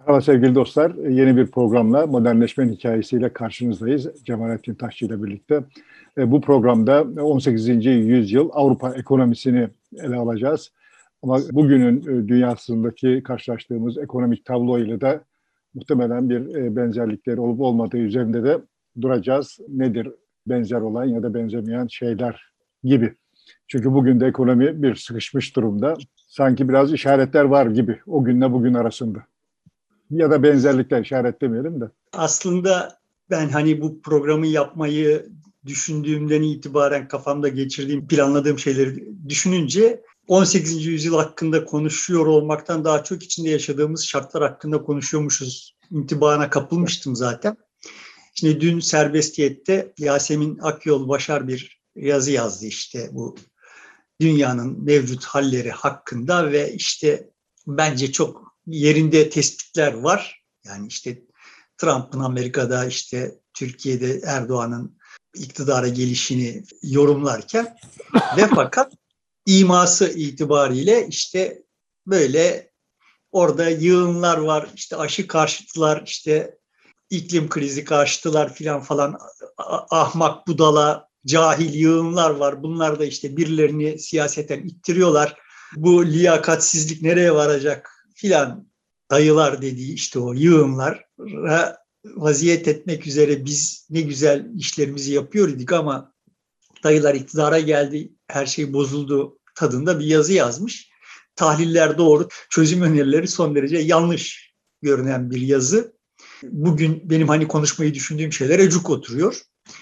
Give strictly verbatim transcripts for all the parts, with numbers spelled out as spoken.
Merhaba sevgili dostlar. Yeni bir programla modernleşmenin hikayesiyle karşınızdayız. Cemalettin Taşçı ile birlikte. Bu programda on sekizinci yüzyıl Avrupa ekonomisini ele alacağız. Ama bugünün dünyasındaki karşılaştığımız ekonomik tablo ile de muhtemelen bir benzerlikleri olup olmadığı üzerinde de duracağız. Nedir benzer olan ya da benzemeyen şeyler gibi. Çünkü bugün de ekonomi bir sıkışmış durumda. Sanki biraz işaretler var gibi o günle bugün arasında. Ya da benzerlikler işaretlemeyelim de. Aslında ben hani bu programı yapmayı düşündüğümden itibaren kafamda geçirdiğim, planladığım şeyleri düşününce on sekizinci yüzyıl hakkında konuşuyor olmaktan daha çok içinde yaşadığımız şartlar hakkında konuşuyormuşuz intibana kapılmıştım zaten. Şimdi dün Serbestiyet'te Yasemin Akyol Başar bir yazı yazdı işte bu dünyanın mevcut halleri hakkında ve işte bence çok yerinde tespitler var. Yani işte Trump'ın Amerika'da, işte Türkiye'de Erdoğan'ın iktidara gelişini yorumlarken ve fakat iması itibariyle işte böyle orada yığınlar var, işte aşı karşıtılar, işte iklim krizi karşıtılar filan falan, ahmak budala, cahil yığınlar var. Bunlar da işte birilerini siyaseten ittiriyorlar. Bu liyakatsizlik nereye varacak filan dayılar dediği işte o yığınlara vaziyet etmek üzere biz ne güzel işlerimizi yapıyor idik ama dayılar iktidara geldi, her şey bozuldu tadında bir yazı yazmış. Tahliller doğru, çözüm önerileri son derece yanlış görünen bir yazı. Bugün benim hani konuşmayı düşündüğüm şeylere cuk oturuyor.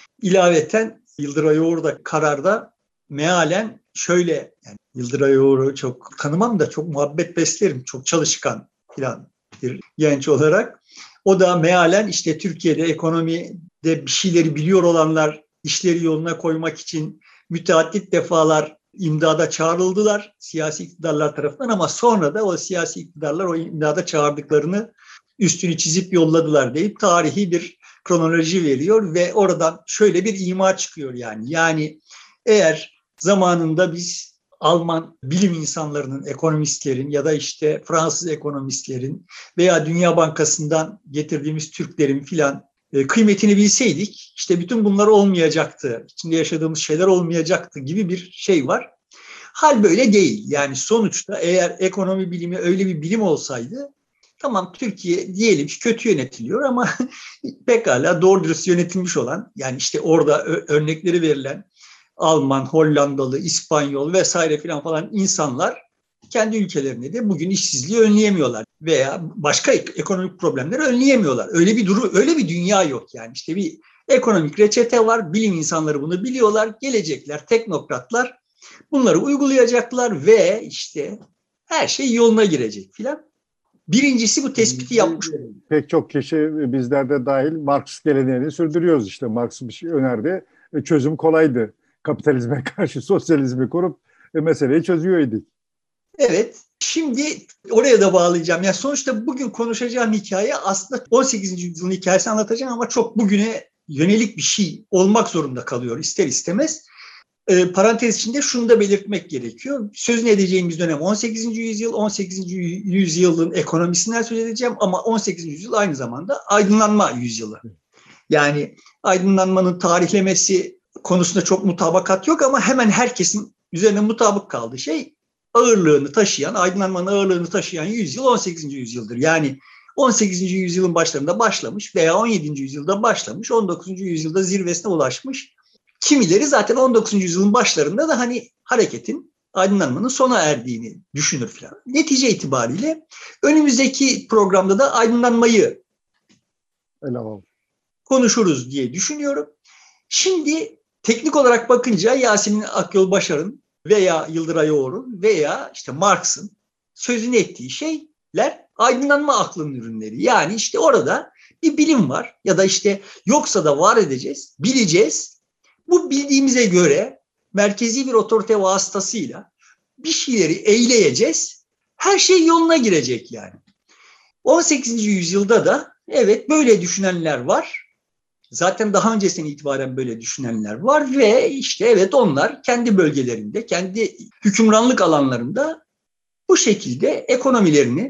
İlaveten Yıldıray Oğur da kararda mealen şöyle, yani Yıldıray Oğur'u çok tanımam da çok muhabbet beslerim, çok çalışkan filan bir genç olarak. O da mealen işte Türkiye'de ekonomide bir şeyleri biliyor olanlar işleri yoluna koymak için müteaddit defalar imdada çağrıldılar siyasi iktidarlar tarafından ama sonra da o siyasi iktidarlar o imdada çağırdıklarını üstünü çizip yolladılar deyip tarihi bir kronoloji veriyor ve oradan şöyle bir ima çıkıyor yani. Yani eğer zamanında biz Alman bilim insanlarının, ekonomistlerin ya da işte Fransız ekonomistlerin veya Dünya Bankası'ndan getirdiğimiz Türklerin filan kıymetini bilseydik işte bütün bunlar olmayacaktı, içinde yaşadığımız şeyler olmayacaktı gibi bir şey var. Hal böyle değil. Yani sonuçta eğer ekonomi bilimi öyle bir bilim olsaydı, tamam Türkiye diyelim ki kötü yönetiliyor ama pekala doğru dürüst yönetilmiş olan, yani işte orada örnekleri verilen Alman, Hollandalı, İspanyol vesaire filan falan insanlar kendi ülkelerinde de bugün işsizliği önleyemiyorlar veya başka ekonomik problemleri önleyemiyorlar. Öyle bir durum, öyle bir dünya yok yani. İşte bir ekonomik reçete var, bilim insanları bunu biliyorlar, gelecekler, teknokratlar bunları uygulayacaklar ve işte her şey yoluna girecek filan. Birincisi bu tespiti yapmış. Pek çok kişi, bizler de dahil, Marx geleneğini sürdürüyoruz. İşte Marx bir şey önerdi. E, çözüm kolaydı. Kapitalizme karşı sosyalizmi kurup e, meseleyi çözüyordu. Evet. Şimdi oraya da bağlayacağım. Yani sonuçta bugün konuşacağım hikaye aslında on sekizinci yüzyılın hikayesini anlatacağım ama çok bugüne yönelik bir şey olmak zorunda kalıyor ister istemez. E, parantez içinde şunu da belirtmek gerekiyor. Sözünü edeceğimiz dönem on sekizinci yüzyıl, on sekizinci yüzyılın ekonomisinden söz edeceğim ama on sekizinci yüzyıl aynı zamanda aydınlanma yüzyılı. Yani aydınlanmanın tarihlemesi konusunda çok mutabakat yok ama hemen herkesin üzerine mutabık kaldığı şey ağırlığını taşıyan, aydınlanmanın ağırlığını taşıyan yüzyıl on sekizinci yüzyıldır. Yani on sekizinci yüzyılın başlarında başlamış veya on yedinci yüzyılda başlamış, on dokuzuncu yüzyılda zirvesine ulaşmış. Kimileri zaten on dokuzuncu yüzyılın başlarında da hani hareketin, aydınlanmanın sona erdiğini düşünür falan. Netice itibariyle önümüzdeki programda da aydınlanmayı konuşuruz diye düşünüyorum. Şimdi teknik olarak bakınca Yasemin Akyol Başar'ın veya Yıldıray Oğur'un veya işte Marx'ın sözünü ettiği şeyler aydınlanma aklının ürünleri. Yani işte orada bir bilim var ya da işte yoksa da var edeceğiz, bileceğiz. Bu bildiğimize göre merkezi bir otorite vasıtasıyla bir şeyleri eyleyeceğiz. Her şey yoluna girecek yani. on sekizinci yüzyılda da evet böyle düşünenler var. Zaten daha öncesinden itibaren böyle düşünenler var ve işte evet onlar kendi bölgelerinde, kendi hükümranlık alanlarında bu şekilde ekonomilerini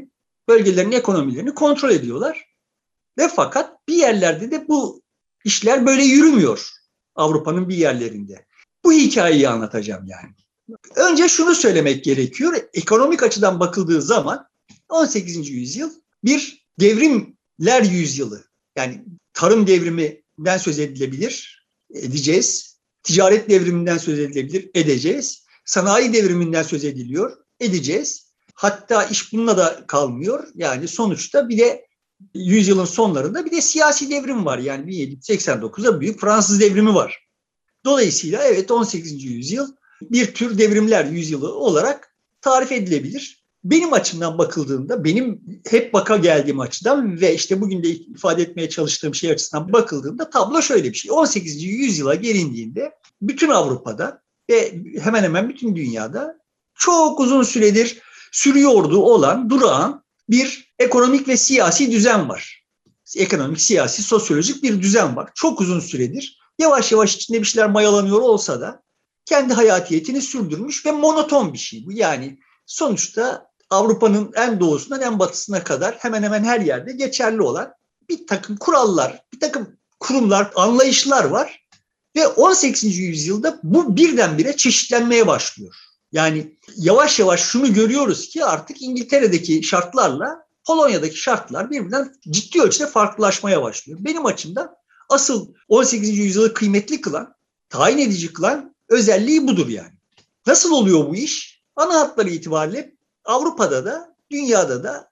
bölgelerin ekonomilerini kontrol ediyorlar. Ve fakat bir yerlerde de bu işler böyle yürümüyor Avrupa'nın bir yerlerinde. Bu hikayeyi anlatacağım yani. Önce şunu söylemek gerekiyor. Ekonomik açıdan bakıldığı zaman on sekizinci yüzyıl bir devrimler yüzyılı. Yani tarım devriminden söz edilebilir, edeceğiz. Ticaret devriminden söz edilebilir, edeceğiz. Sanayi devriminden söz ediliyor, edeceğiz. Hatta iş bununla da kalmıyor. Yani sonuçta bir de yüzyılın sonlarında bir de siyasi devrim var. Yani bin yedi yüz seksen dokuzda büyük Fransız devrimi var. Dolayısıyla evet on sekizinci yüzyıl bir tür devrimler yüzyılı olarak tarif edilebilir. Benim açımdan bakıldığında, benim hep baka geldiğim açıdan ve işte bugün de ifade etmeye çalıştığım şey açısından bakıldığında tablo şöyle bir şey. on sekizinci yüzyıla gelindiğinde bütün Avrupa'da ve hemen hemen bütün dünyada çok uzun süredir sürüyordu olan, durağan bir ekonomik ve siyasi düzen var. Ekonomik, siyasi, sosyolojik bir düzen var. Çok uzun süredir. Yavaş yavaş içinde bir şeyler mayalanıyor olsa da kendi hayatiyetini sürdürmüş ve monoton bir şey bu. Yani sonuçta Avrupa'nın en doğusundan en batısına kadar hemen hemen her yerde geçerli olan bir takım kurallar, bir takım kurumlar, anlayışlar var. Ve on sekizinci yüzyılda bu birdenbire çeşitlenmeye başlıyor. Yani yavaş yavaş şunu görüyoruz ki artık İngiltere'deki şartlarla Polonya'daki şartlar birbirinden ciddi ölçüde farklılaşmaya başlıyor. Benim açımdan asıl on sekizinci yüzyılı kıymetli kılan, tayin edici kılan özelliği budur yani. Nasıl oluyor bu iş? Ana hatları itibariyle Avrupa'da da dünyada da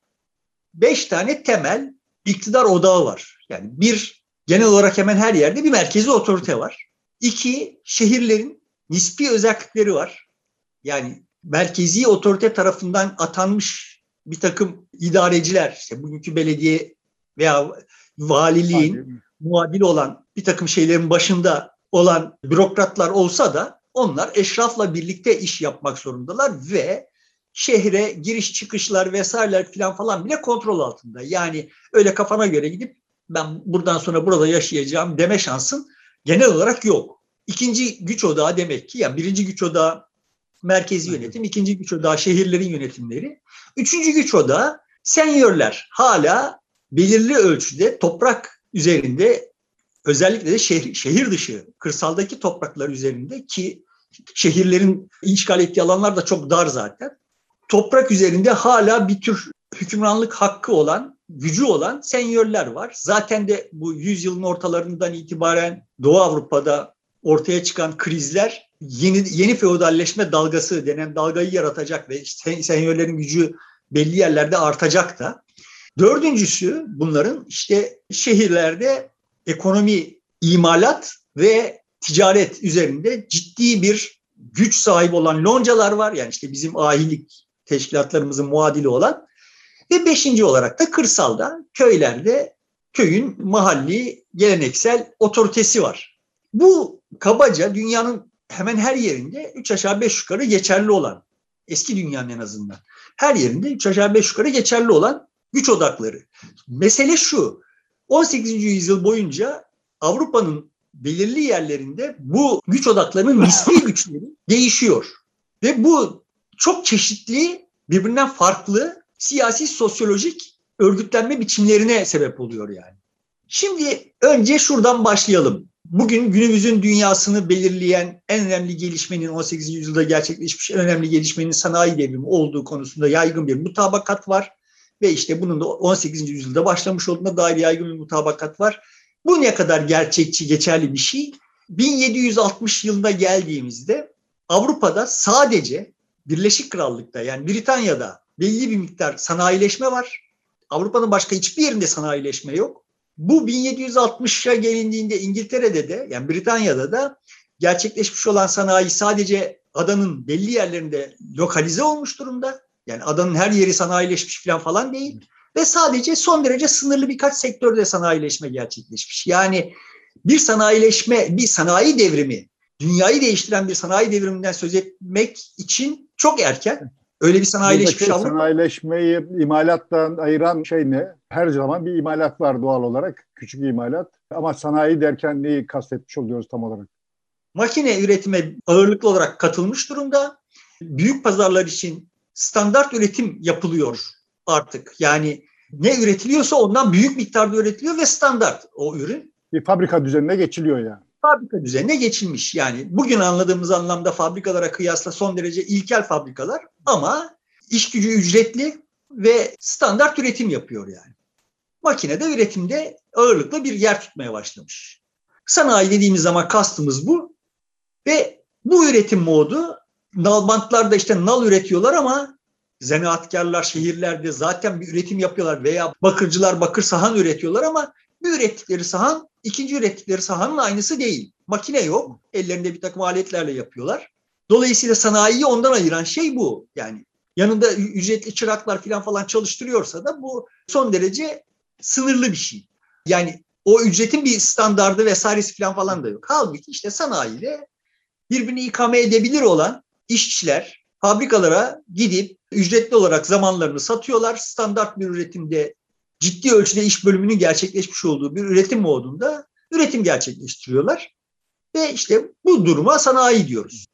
beş tane temel iktidar odağı var. Yani bir, genel olarak hemen her yerde bir merkezi otorite var. İki, şehirlerin nispi özellikleri var. Yani merkezi otorite tarafından atanmış bir takım idareciler, işte bugünkü belediye veya valiliğin Aynen. muadili olan bir takım şeylerin başında olan bürokratlar olsa da onlar eşrafla birlikte iş yapmak zorundalar ve şehre giriş çıkışlar vesaireler falan falan bile kontrol altında. Yani öyle kafana göre gidip ben buradan sonra burada yaşayacağım deme şansın genel olarak yok. İkinci güç odağı demek ki, yani birinci güç odağı merkezi yönetim, ikinci güç odağı şehirlerin yönetimleri. Üçüncü güç odağı senyörler. Hala belirli ölçüde toprak üzerinde, özellikle de şehir, şehir dışı, kırsaldaki topraklar üzerinde, ki şehirlerin işgal ettiği alanlar da çok dar zaten. Toprak üzerinde hala bir tür hükümranlık hakkı olan, gücü olan senyörler var. Zaten de bu yüzyılın ortalarından itibaren Doğu Avrupa'da ortaya çıkan krizler yeni yeni feodalleşme dalgası denen dalgayı yaratacak ve işte senyörlerin gücü belli yerlerde artacak da. Dördüncüsü bunların işte şehirlerde ekonomi, imalat ve ticaret üzerinde ciddi bir güç sahibi olan loncalar var. Yani işte bizim ahilik teşkilatlarımızın muadili olan. Ve beşinci olarak da kırsalda, köylerde köyün mahalli geleneksel otoritesi var. Bu kabaca dünyanın hemen her yerinde üç aşağı beş yukarı geçerli olan, eski dünyanın en azından her yerinde üç aşağı beş yukarı geçerli olan güç odakları. Mesele şu, on sekizinci yüzyıl boyunca Avrupa'nın belirli yerlerinde bu güç odaklarının nispi güçleri değişiyor. Ve bu çok çeşitli, birbirinden farklı siyasi, sosyolojik örgütlenme biçimlerine sebep oluyor yani. Şimdi önce şuradan başlayalım. Bugün günümüzün dünyasını belirleyen en önemli gelişmenin, on sekizinci yüzyılda gerçekleşmiş en önemli gelişmenin sanayi devrimi olduğu konusunda yaygın bir mutabakat var. Ve işte bunun da on sekizinci yüzyılda başlamış olduğuna dair yaygın bir mutabakat var. Bu ne kadar gerçekçi, geçerli bir şey? bin yedi yüz altmış yılında geldiğimizde Avrupa'da sadece Birleşik Krallık'ta, yani Britanya'da belli bir miktar sanayileşme var. Avrupa'nın başka hiçbir yerinde sanayileşme yok. Bu bin yedi yüz altmışa gelindiğinde İngiltere'de de, yani Britanya'da da gerçekleşmiş olan sanayi sadece adanın belli yerlerinde lokalize olmuş durumda. Yani adanın her yeri sanayileşmiş falan falan değil. Ve sadece son derece sınırlı birkaç sektörde sanayileşme gerçekleşmiş. Yani bir sanayileşme, bir sanayi devrimi, dünyayı değiştiren bir sanayi devriminden söz etmek için çok erken. Öyle bir sanayileşmiş Avrupa. Sanayileşmeyi imalattan ayıran şey ne? Her zaman bir imalat var doğal olarak. Küçük imalat. Ama sanayi derken neyi kastetmiş oluyoruz tam olarak? Makine üretime ağırlıklı olarak katılmış durumda. Büyük pazarlar için standart üretim yapılıyor. artık. Yani ne üretiliyorsa ondan büyük miktarda üretiliyor ve standart o ürün. Bir fabrika düzenine geçiliyor yani. Fabrika düzenine geçilmiş. Yani bugün anladığımız anlamda fabrikalara kıyasla son derece ilkel fabrikalar ama iş gücü ücretli ve standart üretim yapıyor yani. Makinede üretimde ağırlıklı bir yer tutmaya başlamış. Sanayi dediğimiz zaman kastımız bu ve bu üretim modu nalbantlarda işte nal üretiyorlar ama zanaatkarlar şehirlerde zaten bir üretim yapıyorlar veya bakırcılar bakır sahan üretiyorlar ama bir ürettikleri sahan ikinci ürettikleri sahanın aynısı değil. Makine yok. Ellerinde bir takım aletlerle yapıyorlar. Dolayısıyla sanayiyi ondan ayıran şey bu. Yani yanında ücretli çıraklar falan falan çalıştırıyorsa da bu son derece sınırlı bir şey. Yani o ücretin bir standardı vesairesi falan falan da yok. Halbuki işte sanayide birbirini ikame edebilir olan işçiler fabrikalara gidip ücretli olarak zamanlarını satıyorlar. Standart bir üretimde ciddi ölçüde iş bölümünün gerçekleşmiş olduğu bir üretim modunda üretim gerçekleştiriyorlar. Ve işte bu duruma sanayi diyoruz.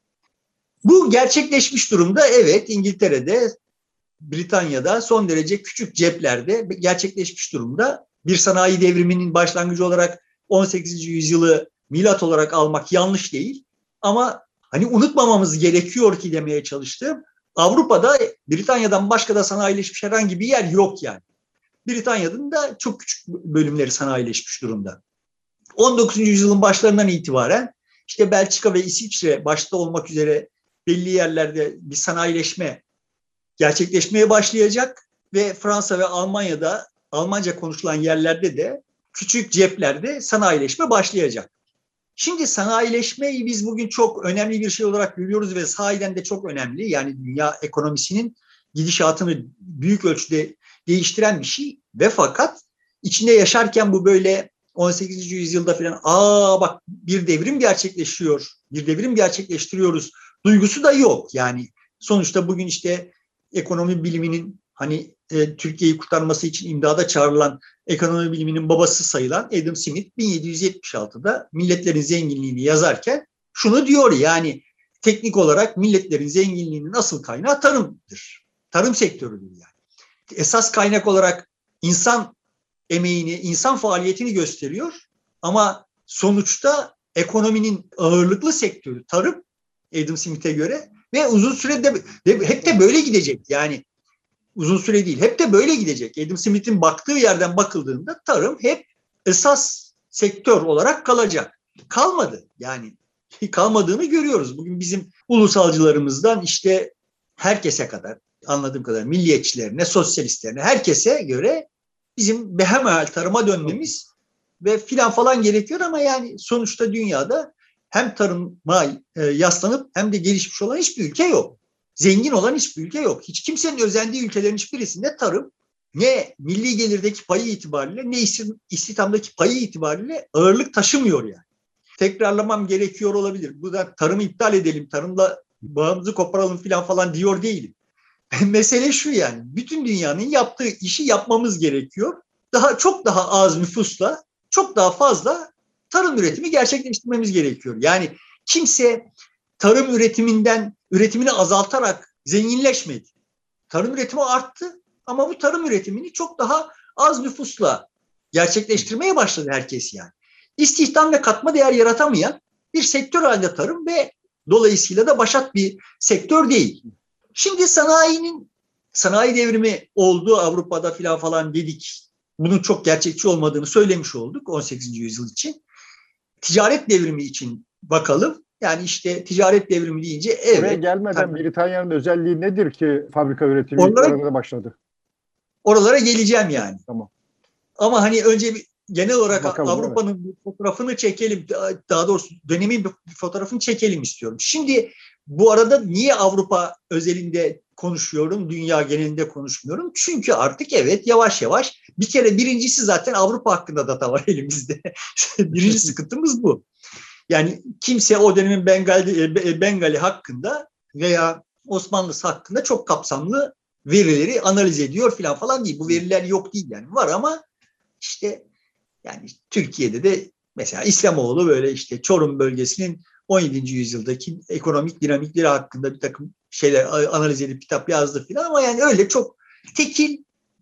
Bu gerçekleşmiş durumda evet İngiltere'de, Britanya'da son derece küçük ceplerde gerçekleşmiş durumda. Bir sanayi devriminin başlangıcı olarak on sekizinci yüzyılı milat olarak almak yanlış değil. Ama hani unutmamamız gerekiyor ki demeye çalıştım. Avrupa'da Britanya'dan başka da sanayileşmiş herhangi bir yer yok yani. Britanya'nın da çok küçük bölümleri sanayileşmiş durumda. on dokuzuncu yüzyılın başlarından itibaren işte Belçika ve İsviçre başta olmak üzere belli yerlerde bir sanayileşme gerçekleşmeye başlayacak ve Fransa ve Almanya'da Almanca konuşulan yerlerde de küçük ceplerde sanayileşme başlayacak. Şimdi sanayileşmeyi biz bugün çok önemli bir şey olarak görüyoruz ve sahiden de çok önemli. Yani dünya ekonomisinin gidişatını büyük ölçüde değiştiren bir şey ve fakat içinde yaşarken bu böyle on sekizinci yüzyılda falan aa bak bir devrim gerçekleşiyor, bir devrim gerçekleştiriyoruz duygusu da yok. Yani sonuçta bugün işte ekonomi biliminin hani e, Türkiye'yi kurtarması için imdada çağrılan ekonomi biliminin babası sayılan Adam Smith bin yedi yüz yetmiş altıda Milletlerin Zenginliğini yazarken şunu diyor yani teknik olarak milletlerin zenginliğinin asıl kaynağı tarımdır. Tarım sektörüdür yani. Esas kaynak olarak insan emeğini, insan faaliyetini gösteriyor ama sonuçta ekonominin ağırlıklı sektörü tarım Adam Smith'e göre ve uzun sürede hep de böyle gidecek yani uzun süre değil hep de böyle gidecek. Adam Smith'in baktığı yerden bakıldığında tarım hep esas sektör olarak kalacak. Kalmadı yani kalmadığını görüyoruz. Bugün bizim ulusalcılarımızdan işte herkese kadar anladığım kadar milliyetçilerine, sosyalistlerine herkese göre bizim behemel tarıma dönmemiz ve filan falan gerekiyor ama yani sonuçta dünyada hem tarıma e, yaslanıp hem de gelişmiş olan hiçbir ülke yok. Zengin olan hiçbir ülke yok. Hiç kimsenin özendiği ülkelerin hiçbirisinde tarım ne milli gelirdeki payı itibariyle ne istihdamdaki payı itibariyle ağırlık taşımıyor yani. Tekrarlamam gerekiyor olabilir. Bu da tarımı iptal edelim, tarımla bağımızı koparalım filan falan diyor değilim. Mesele şu yani, bütün dünyanın yaptığı işi yapmamız gerekiyor. Daha çok daha az nüfusla, çok daha fazla tarım üretimi gerçekleştirmemiz gerekiyor. Yani kimse tarım üretiminden, üretimini azaltarak zenginleşmedi. Tarım üretimi arttı ama bu tarım üretimini çok daha az nüfusla gerçekleştirmeye başladı herkes yani. İstihdam ve katma değer yaratamayan bir sektör halinde tarım ve dolayısıyla da başat bir sektör değil. Şimdi sanayinin, sanayi devrimi oldu Avrupa'da filan falan dedik. Bunun çok gerçekçi olmadığını söylemiş olduk on sekizinci yüzyıl için. Ticaret devrimi için bakalım. Yani işte ticaret devrimi deyince evet. Oraya gelmeden tabii, Britanya'nın özelliği nedir ki fabrika üretimi oralara başladı? Oralara geleceğim yani. Tamam. Ama hani önce bir genel olarak bakalım, Avrupa'nın evet. fotoğrafını çekelim. Daha doğrusu dönemin bir fotoğrafını çekelim istiyorum. Şimdi bu arada niye Avrupa özelinde konuşuyorum, dünya genelinde konuşmuyorum? Çünkü artık evet yavaş yavaş bir kere birincisi zaten Avrupa hakkında data var elimizde. Birinci sıkıntımız bu. Yani kimse o dönemin Bengali, Bengali hakkında veya Osmanlısı hakkında çok kapsamlı verileri analiz ediyor falan falan değil. Bu veriler yok değil yani. Var ama işte yani Türkiye'de de mesela İslamoğlu böyle işte Çorum bölgesinin on yedinci yüzyıldaki ekonomik dinamikleri hakkında bir takım şeyler analiz edip kitap yazdı filan ama yani öyle çok tekil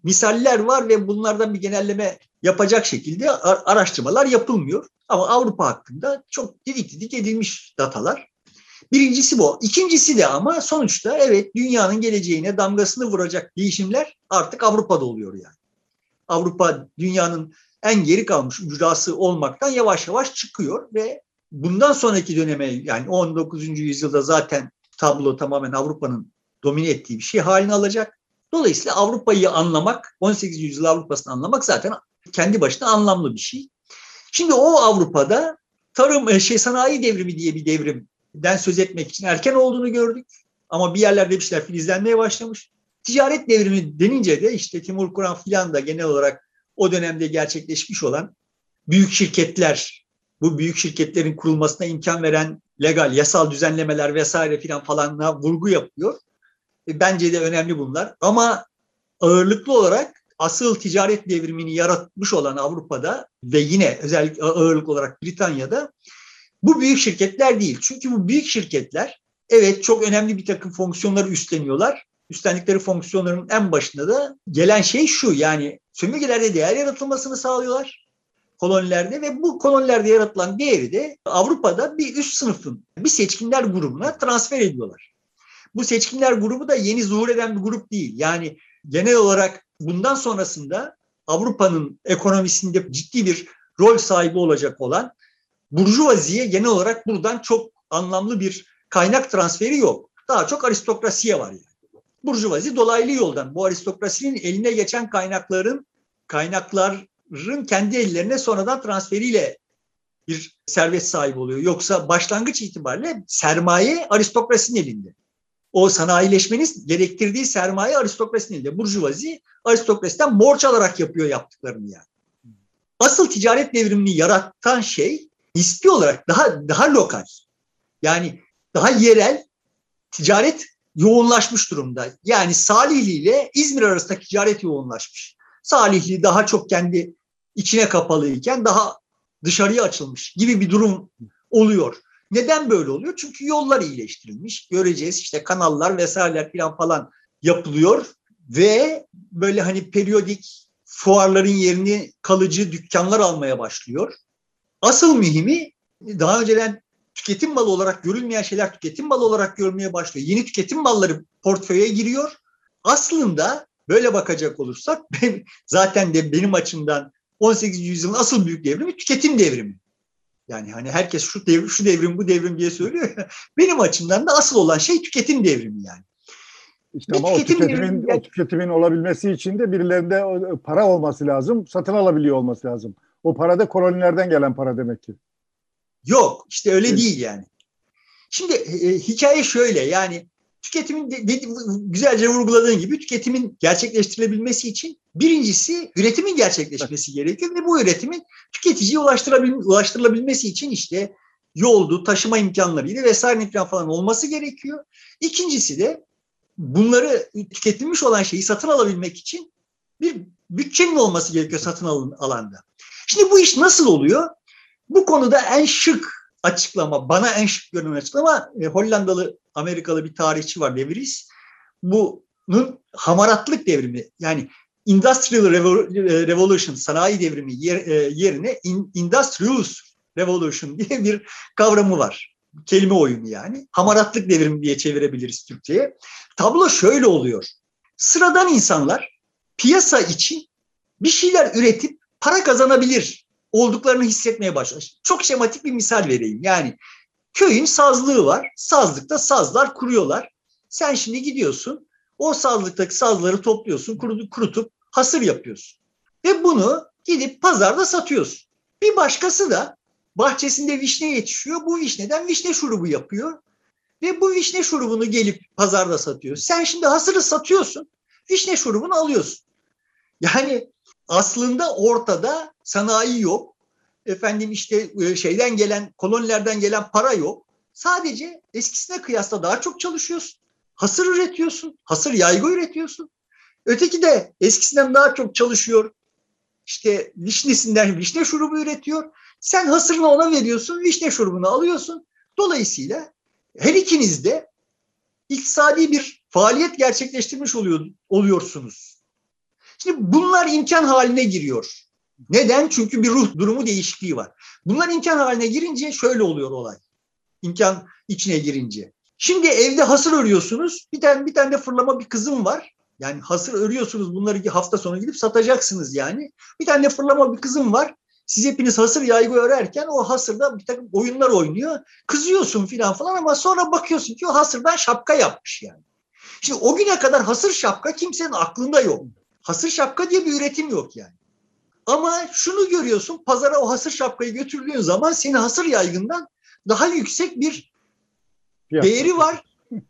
misaller var ve bunlardan bir genelleme yapacak şekilde araştırmalar yapılmıyor. Ama Avrupa hakkında çok didik didik edilmiş datalar. Birincisi bu. İkincisi de ama sonuçta evet dünyanın geleceğine damgasını vuracak değişimler artık Avrupa'da oluyor yani. Avrupa dünyanın en geri kalmış ücrası olmaktan yavaş yavaş çıkıyor ve bundan sonraki döneme yani on dokuzuncu yüzyılda zaten tablo tamamen Avrupa'nın domine ettiği bir şey haline alacak. Dolayısıyla Avrupa'yı anlamak, on sekizinci yüzyıl Avrupa'sını anlamak zaten kendi başına anlamlı bir şey. Şimdi o Avrupa'da tarım, şey sanayi devrimi diye bir devrimden söz etmek için erken olduğunu gördük. Ama bir yerlerde bir şeyler filizlenmeye başlamış. Ticaret devrimi denince de işte Timur Kuran filan da genel olarak o dönemde gerçekleşmiş olan büyük şirketler, bu büyük şirketlerin kurulmasına imkan veren legal, yasal düzenlemeler vesaire filan falanla vurgu yapıyor. E, bence de önemli bunlar. Ama ağırlıklı olarak asıl ticaret devrimini yaratmış olan Avrupa'da ve yine özellikle ağırlık olarak Britanya'da bu büyük şirketler değil. Çünkü bu büyük şirketler evet çok önemli bir takım fonksiyonları üstleniyorlar. Üstlendikleri fonksiyonların en başında da gelen şey şu, yani sömürgelerde değer yaratılmasını sağlıyorlar kolonilerde ve bu kolonilerde yaratılan değeri de Avrupa'da bir üst sınıfın, bir seçkinler grubuna transfer ediyorlar. Bu seçkinler grubu da yeni zuhur eden bir grup değil. Yani genel olarak bundan sonrasında Avrupa'nın ekonomisinde ciddi bir rol sahibi olacak olan burjuvaziye genel olarak buradan çok anlamlı bir kaynak transferi yok. Daha çok aristokrasiye var yani. Burjuvazi dolaylı yoldan bu aristokrasinin eline geçen kaynakların kaynakların kendi ellerine sonradan transferiyle bir servet sahibi oluyor. Yoksa başlangıç itibariyle sermaye aristokrasinin elinde. O sanayileşmenin gerektirdiği sermaye aristokrasinin elinde. Burjuvazi aristokrasiden borç alarak yapıyor yaptıklarını yani. Asıl ticaret devrimini yaratan şey nispi olarak daha daha lokal. Yani daha yerel ticaret yoğunlaşmış durumda. Yani Salihli ile İzmir arasındaki ticaret yoğunlaşmış. Salihli daha çok kendi içine kapalıyken daha dışarıya açılmış gibi bir durum oluyor. Neden böyle oluyor? Çünkü yollar iyileştirilmiş. Göreceğiz işte kanallar vesaireler falan falan yapılıyor ve böyle hani periyodik fuarların yerini kalıcı dükkanlar almaya başlıyor. Asıl mühimi daha önceden tüketim malı olarak görülmeyen şeyler tüketim malı olarak görmeye başlıyor. Yeni tüketim malları portföye giriyor. Aslında böyle bakacak olursak zaten de benim açımdan on sekizinci yüzyılın asıl büyük devrimi tüketim devrimi. Yani hani herkes şu devrim, şu devrim, bu devrim diye söylüyor. Benim açımdan da asıl olan şey tüketim devrimi yani. İşte ama o tüketimin, o tüketimin olabilmesi için de birilerinde para olması lazım, satın alabiliyor olması lazım. O para da kolonilerden gelen para demek ki. Yok, işte öyle evet. Değil yani. Şimdi e, hikaye şöyle, yani tüketimin de, de, güzelce vurguladığın gibi tüketimin gerçekleştirilebilmesi için birincisi üretimin gerçekleşmesi gerekiyor ve bu üretimin tüketiciye ulaştırabil, ulaştırılabilmesi için işte yoldu, taşıma imkanlarıydı vesaire falan olması gerekiyor. İkincisi de bunları tüketilmiş olan şeyi satın alabilmek için bir bütçenin olması gerekiyor satın alın alanda. Şimdi bu iş nasıl oluyor? Bu konuda en şık açıklama, bana en şık görünen açıklama e, Hollandalı, Amerikalı bir tarihçi var, De Vries. Bunun hamaratlık devrimi, yani Industrial Revolution, sanayi devrimi yer, e, yerine in, Industrious Revolution diye bir kavramı var. Kelime oyunu yani. Hamaratlık devrimi diye çevirebiliriz Türkçe'ye. Tablo şöyle oluyor. Sıradan insanlar piyasa için bir şeyler üretip para kazanabilir olduklarını hissetmeye başlar. Çok şematik bir misal vereyim. Yani köyün sazlığı var. Sazlıkta sazlar kuruyorlar. Sen şimdi gidiyorsun. O sazlıktaki sazları topluyorsun. Kurutup hasır yapıyorsun. Ve bunu gidip pazarda satıyorsun. Bir başkası da bahçesinde vişne yetişiyor. Bu vişneden vişne şurubu yapıyor. Ve bu vişne şurubunu gelip pazarda satıyor. Sen şimdi hasırı satıyorsun. Vişne şurubunu alıyorsun. Yani aslında ortada sanayi yok. Efendim işte şeyden gelen, kolonilerden gelen para yok. Sadece eskisine kıyasla daha çok çalışıyorsun. Hasır üretiyorsun. Hasır yaygı üretiyorsun. Öteki de eskisinden daha çok çalışıyor. İşte vişnesinden vişne şurubu üretiyor. Sen hasırını ona veriyorsun. Vişne şurubunu alıyorsun. Dolayısıyla her ikiniz de iktisadi bir faaliyet gerçekleştirmiş oluyor, oluyorsunuz. Şimdi bunlar imkan haline giriyor. Neden? Çünkü bir ruh durumu değişikliği var. Bunlar imkan haline girince şöyle oluyor olay. İmkan içine girince. Şimdi evde hasır örüyorsunuz. Bir tane bir tane de fırlama bir kızım var. Yani hasır örüyorsunuz. Bunları hafta sonu gidip satacaksınız yani. Bir tane de fırlama bir kızım var. Siz hepiniz hasır yaygı örerken o hasırda bir takım oyunlar oynuyor. Kızıyorsun filan falan ama sonra bakıyorsun ki o hasırdan şapka yapmış yani. Şimdi o güne kadar hasır şapka kimsenin aklında yok. Hasır şapka diye bir üretim yok yani. Ama şunu görüyorsun, pazara o hasır şapkayı götürdüğün zaman senin hasır yaygından daha yüksek bir değeri var.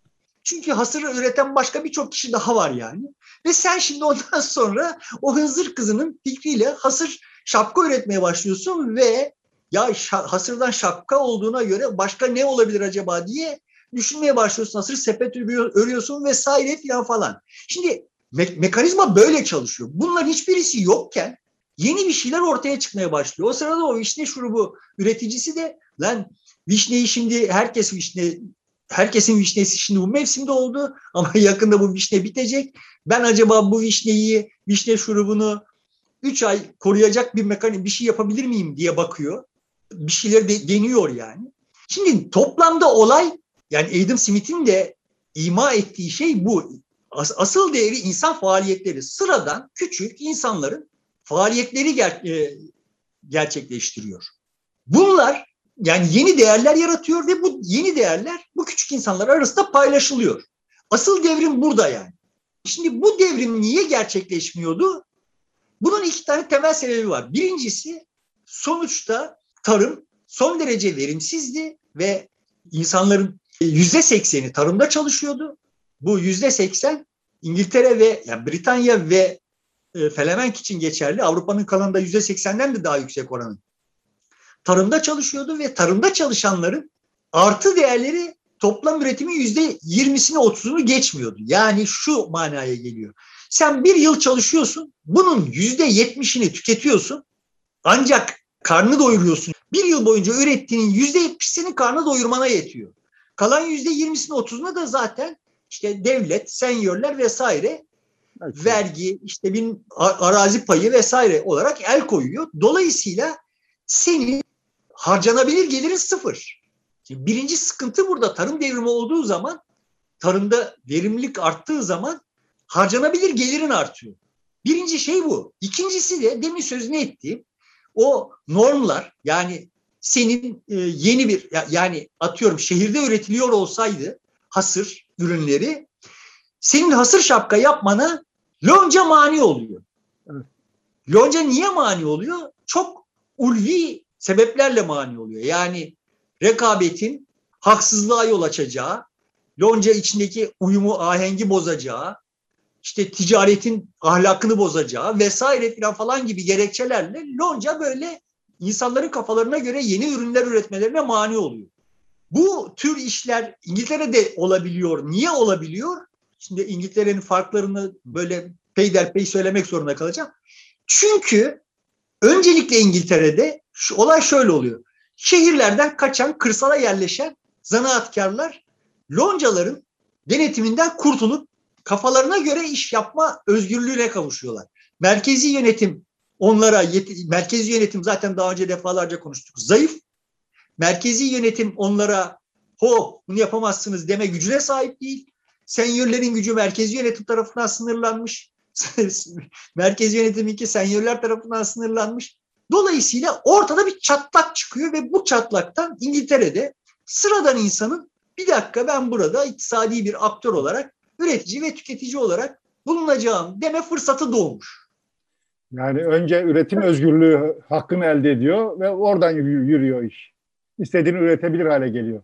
Çünkü hasırı üreten başka birçok kişi daha var yani. Ve sen şimdi ondan sonra o hınzır kızının fikriyle hasır şapka üretmeye başlıyorsun ve ya hasırdan şapka olduğuna göre başka ne olabilir acaba diye düşünmeye başlıyorsun. Hasır sepet örüyorsun vesaire falan falan. Şimdi me- mekanizma böyle çalışıyor. Bunların hiçbirisi yokken yeni bir şeyler ortaya çıkmaya başlıyor. O sırada o vişne şurubu üreticisi de lan vişneyi şimdi herkes vişne herkesin vişnesi şimdi bu mevsimde oldu ama yakında bu vişne bitecek. Ben acaba bu vişneyi, vişne şurubunu üç ay koruyacak bir mekanik bir şey yapabilir miyim diye bakıyor. Bir şeyler de, deniyor yani. Şimdi toplamda olay yani Adam Smith'in de ima ettiği şey bu. As, asıl değeri insan faaliyetleri. Sıradan küçük insanların faaliyetleri ger- e, gerçekleştiriyor. Bunlar yani yeni değerler yaratıyor ve bu yeni değerler bu küçük insanlar arasında paylaşılıyor. Asıl devrim burada yani. Şimdi bu devrim niye gerçekleşmiyordu? Bunun iki tane temel sebebi var. Birincisi sonuçta tarım son derece verimsizdi ve insanların yüzde sekseni tarımda çalışıyordu. Bu yüzde seksen İngiltere ve yani Britanya ve e, Felemenk için geçerli. Avrupa'nın kalanında yüzde seksenden de daha yüksek oranı. Tarımda çalışıyordu ve tarımda çalışanların artı değerleri toplam üretimin yüzde yirmisini otuzunu geçmiyordu. Yani şu manaya geliyor. Sen bir yıl çalışıyorsun, bunun yüzde yetmişini tüketiyorsun ancak karnını doyuruyorsun. Bir yıl boyunca ürettiğinin yüzde yetmiş senin karnını doyurmana yetiyor. Kalan yüzde yirmisini otuzuna da zaten işte devlet, senyörler vesaire evet, vergi, işte bir arazi payı vesaire olarak el koyuyor. Dolayısıyla senin harcanabilir gelirin sıfır. Şimdi birinci sıkıntı burada tarım devrimi olduğu zaman, tarımda verimlilik arttığı zaman harcanabilir gelirin artıyor. Birinci şey bu. İkincisi de demin sözünü ettiğim o normlar yani senin e, yeni bir yani atıyorum şehirde üretiliyor olsaydı hasır ürünleri senin hasır şapka yapmana lonca mani oluyor. Evet. Lonca niye mani oluyor? Çok ulvi sebeplerle mani oluyor. Yani rekabetin haksızlığa yol açacağı, lonca içindeki uyumu, ahengi bozacağı, işte ticaretin ahlakını bozacağı vesaire filan falan gibi gerekçelerle lonca böyle insanların kafalarına göre yeni ürünler üretmelerine mani oluyor. Bu tür işler İngiltere'de olabiliyor. Niye olabiliyor? Şimdi İngiltere'nin farklarını böyle peyderpey söylemek zorunda kalacağım. Çünkü öncelikle İngiltere'de şu, olay şöyle oluyor. Şehirlerden kaçan, kırsala yerleşen zanaatkarlar loncaların denetiminden kurtulup kafalarına göre iş yapma özgürlüğüne kavuşuyorlar. Merkezi yönetim onlara, yet- merkezi yönetim zaten daha önce defalarca konuştuk, zayıf. Merkezi yönetim onlara ho bunu yapamazsınız deme gücüne sahip değil. Senyörlerin gücü merkezi yönetim tarafından sınırlanmış. Merkezi yönetiminki senyörler tarafından sınırlanmış. Dolayısıyla ortada bir çatlak çıkıyor ve bu çatlaktan İngiltere'de sıradan insanın bir dakika ben burada iktisadi bir aktör olarak üretici ve tüketici olarak bulunacağım deme fırsatı doğmuş. Yani önce üretim özgürlüğü hakkını elde ediyor ve oradan yürüyor iş. İstediğini üretebilir hale geliyor.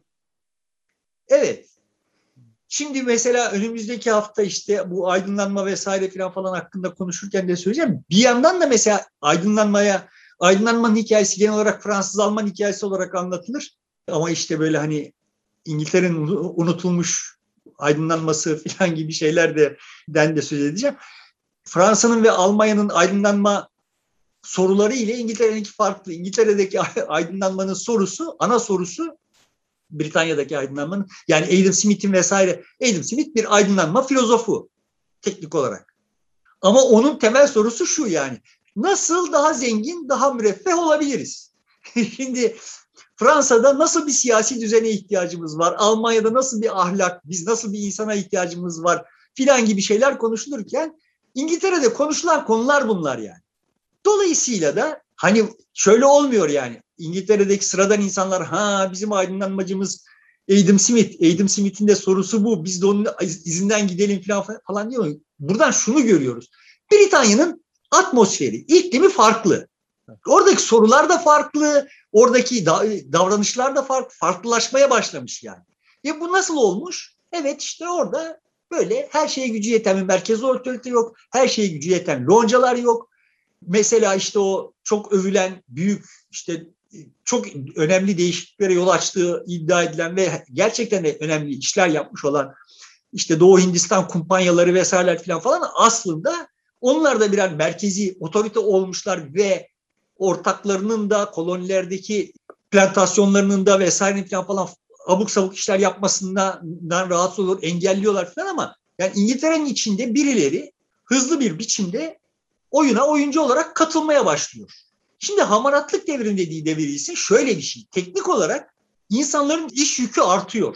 Evet. Şimdi mesela önümüzdeki hafta işte bu aydınlanma vesaire falan falan hakkında konuşurken de söyleyeceğim. Bir yandan da mesela aydınlanmaya, aydınlanmanın hikayesi genel olarak Fransız-Alman hikayesi olarak anlatılır. Ama işte böyle hani İngiltere'nin unutulmuş aydınlanması falan gibi şeylerden de söz edeceğim. Fransa'nın ve Almanya'nın aydınlanma soruları ile İngiltere'ninki farklı. İngiltere'deki aydınlanmanın sorusu, ana sorusu Britanya'daki aydınlanmanın yani Adam Smith'in vesaire. Adam Smith bir aydınlanma filozofu teknik olarak. Ama onun temel sorusu şu yani. Nasıl daha zengin, daha müreffeh olabiliriz? Şimdi Fransa'da nasıl bir siyasi düzene ihtiyacımız var? Almanya'da nasıl bir ahlak, biz nasıl bir insana ihtiyacımız var? Filan gibi şeyler konuşulurken İngiltere'de konuşulan konular bunlar yani. Dolayısıyla da hani şöyle olmuyor yani. İngiltere'deki sıradan insanlar ha bizim aydınlanmacımız Adam Smith, Adam Smith'in de sorusu bu. Biz de onun izinden gidelim falan falan diyor. Buradan şunu görüyoruz. Britanya'nın atmosferi, iklimi farklı. Oradaki sorular da farklı, oradaki davranışlar da farklı, farklılaşmaya başlamış yani. E bu nasıl olmuş? Evet işte orada böyle her şeye gücü yeten bir merkezi otorite yok, her şeye gücü yeten loncalar yok. Mesela işte o çok övülen büyük işte çok önemli değişikliklere yol açtığı iddia edilen ve gerçekten de önemli işler yapmış olan işte Doğu Hindistan kumpanyaları vesaireler falan falan aslında onlar da birer merkezi otorite olmuşlar ve ortaklarının da kolonilerdeki plantasyonlarının da vesaire falan falan abuk sabuk işler yapmasından rahatsız olur, engelliyorlar falan ama yani İngiltere'nin içinde birileri hızlı bir biçimde oyuna oyuncu olarak katılmaya başlıyor. Şimdi hamaratlık devrinin dediği devir ise şöyle bir şey. Teknik olarak insanların iş yükü artıyor.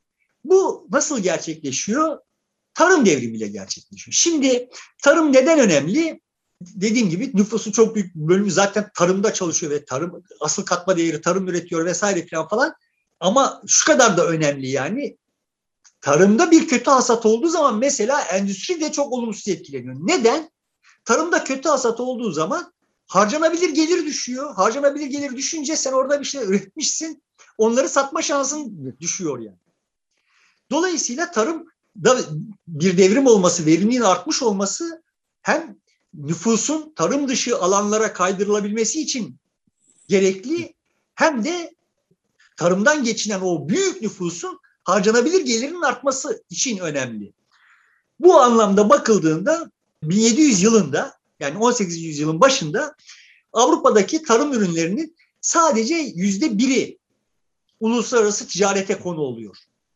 Bu nasıl gerçekleşiyor? Tarım devrimiyle gerçekleşiyor. Şimdi tarım neden önemli? Dediğim gibi nüfusun çok büyük bölümü zaten tarımda çalışıyor ve tarım asıl katma değeri tarım üretiyor vesaire falan falan. Ama şu kadar da önemli yani tarımda bir kötü hasat olduğu zaman mesela endüstri de çok olumsuz etkileniyor. Neden? Tarımda kötü hasat olduğu zaman harcanabilir gelir düşüyor. Harcanabilir gelir düşünce sen orada bir şey üretmişsin. Onları satma şansın düşüyor yani. Dolayısıyla tarımda bir devrim olması, verimliliğin artmış olması hem nüfusun tarım dışı alanlara kaydırılabilmesi için gerekli hem de tarımdan geçinen o büyük nüfusun harcanabilir gelirinin artması için önemli. Bu anlamda bakıldığında bin yedi yüz yılında yani on sekizinci yüzyılın başında Avrupa'daki tarım ürünlerinin sadece yüzde biri uluslararası ticarete konu oluyor.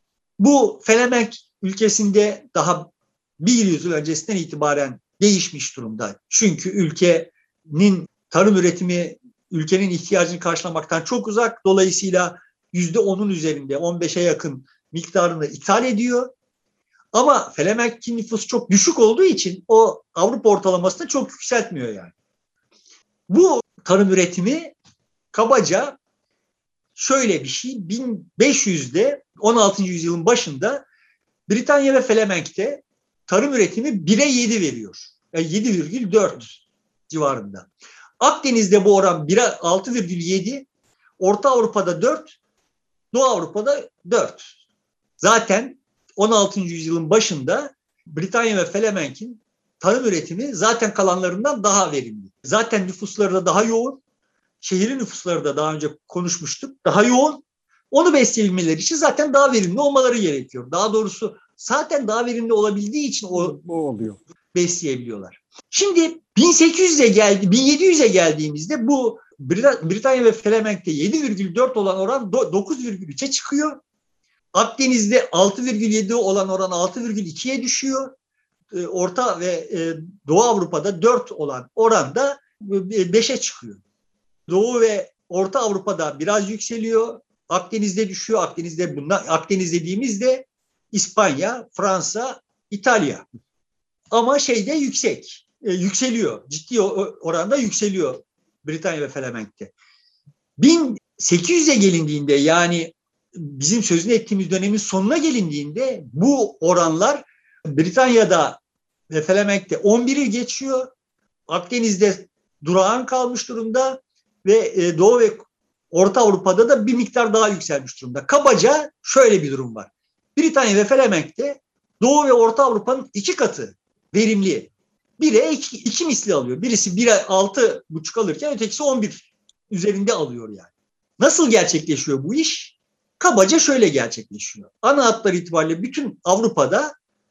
Bu Felemenk ülkesinde daha bir yüzyıl öncesinden itibaren değişmiş durumda. Çünkü ülkenin tarım üretimi ülkenin ihtiyacını karşılamaktan çok uzak. Dolayısıyla yüzde onun üzerinde on beşe yakın miktarını ithal ediyor. Ama Felemenk'in nüfusu çok düşük olduğu için o Avrupa ortalamasını çok yükseltmiyor yani. Bu tarım üretimi kabaca şöyle bir şey. bin beş yüzde on altıncı yüzyılın başında Britanya ve Felemenk'te tarım üretimi bire yedi veriyor. Yani yedi virgül dört civarında. Akdeniz'de bu oran bire altı virgül yedi, Orta Avrupa'da dört, Doğu Avrupa'da dört. Zaten on altıncı yüzyılın başında Britanya ve Felemenk'in tarım üretimi zaten kalanlarından daha verimli. Zaten nüfusları da daha yoğun. Şehrin nüfusları da daha önce konuşmuştuk. Daha yoğun. Onu besleyebilmeleri için zaten daha verimli olmaları gerekiyor. Daha doğrusu zaten daha verimli olabildiği için o, o oluyor. Besleyebiliyorlar. Şimdi bin sekiz yüze geldi, bin yedi yüze geldiğimizde bu Britanya ve Felemenk'te yedi virgül dört olan oran dokuz virgül üçe çıkıyor. Akdeniz'de altı virgül yedi olan oran altı virgül ikiye düşüyor. Orta ve Doğu Avrupa'da dört olan oran da beşe çıkıyor. Doğu ve Orta Avrupa'da biraz yükseliyor. Akdeniz'de düşüyor. Akdeniz'de bunlar Akdeniz dediğimizde İspanya, Fransa, İtalya. Ama şeyde yüksek. E, yükseliyor. Ciddi oranda yükseliyor Britanya ve Felemenk'te. bin sekiz yüze gelindiğinde yani bizim sözünü ettiğimiz dönemin sonuna gelindiğinde bu oranlar Britanya'da ve Felemenk'te on biri geçiyor. Akdeniz'de durağan kalmış durumda ve Doğu ve Orta Avrupa'da da bir miktar daha yükselmiş durumda. Kabaca şöyle bir durum var. Britanya ve Felemenk'te Doğu ve Orta Avrupa'nın iki katı verimli. Bire iki, iki misli alıyor. Birisi bire altı buçuk alırken ötekisi on bir üzerinde alıyor yani. Nasıl gerçekleşiyor bu iş? Kabaca şöyle gerçekleşiyor. Ana hatlar itibariyle bütün Avrupa'da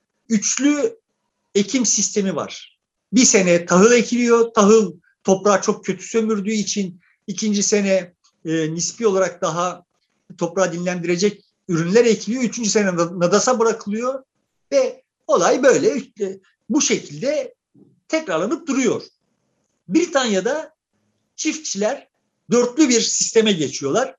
üçlü ekim sistemi var. Bir sene tahıl ekiliyor. Tahıl toprağı çok kötü sömürdüğü için ikinci sene e, nispi olarak daha toprağı dinlendirecek ürünler ekiliyor. Üçüncü sene nadasa bırakılıyor ve olay böyle. Bu şekilde tekrarlanıp duruyor. Britanya'da çiftçiler dörtlü bir sisteme geçiyorlar.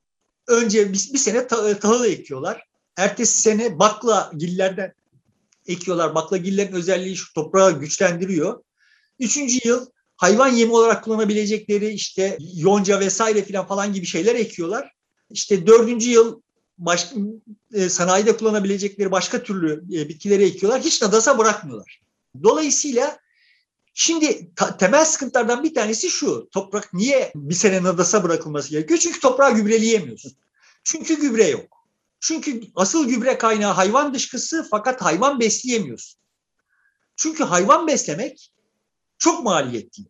Önce bir, bir sene tahıl ekiyorlar. Ertesi sene baklagillerden ekiyorlar. Baklagillerin özelliği şu, toprağı güçlendiriyor. Üçüncü yıl hayvan yemi olarak kullanabilecekleri işte yonca vesaire filan falan gibi şeyler ekiyorlar. İşte dördüncü yıl başka, e, sanayide kullanabilecekleri başka türlü e, bitkileri ekiyorlar. Hiç nadasa bırakmıyorlar. Dolayısıyla şimdi ta, temel sıkıntılardan bir tanesi şu. Toprak niye bir sene nadasa bırakılması gerekiyor? Çünkü toprağı gübreleyemiyorsun. Çünkü gübre yok. Çünkü asıl gübre kaynağı hayvan dışkısı, fakat hayvan besleyemiyorsun. Çünkü hayvan beslemek çok maliyetli.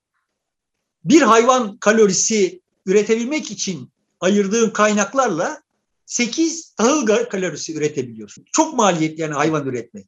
Bir hayvan kalorisi üretebilmek için ayırdığın kaynaklarla sekiz tahıl kalorisi üretebiliyorsun. Çok maliyetli yani hayvan üretmek.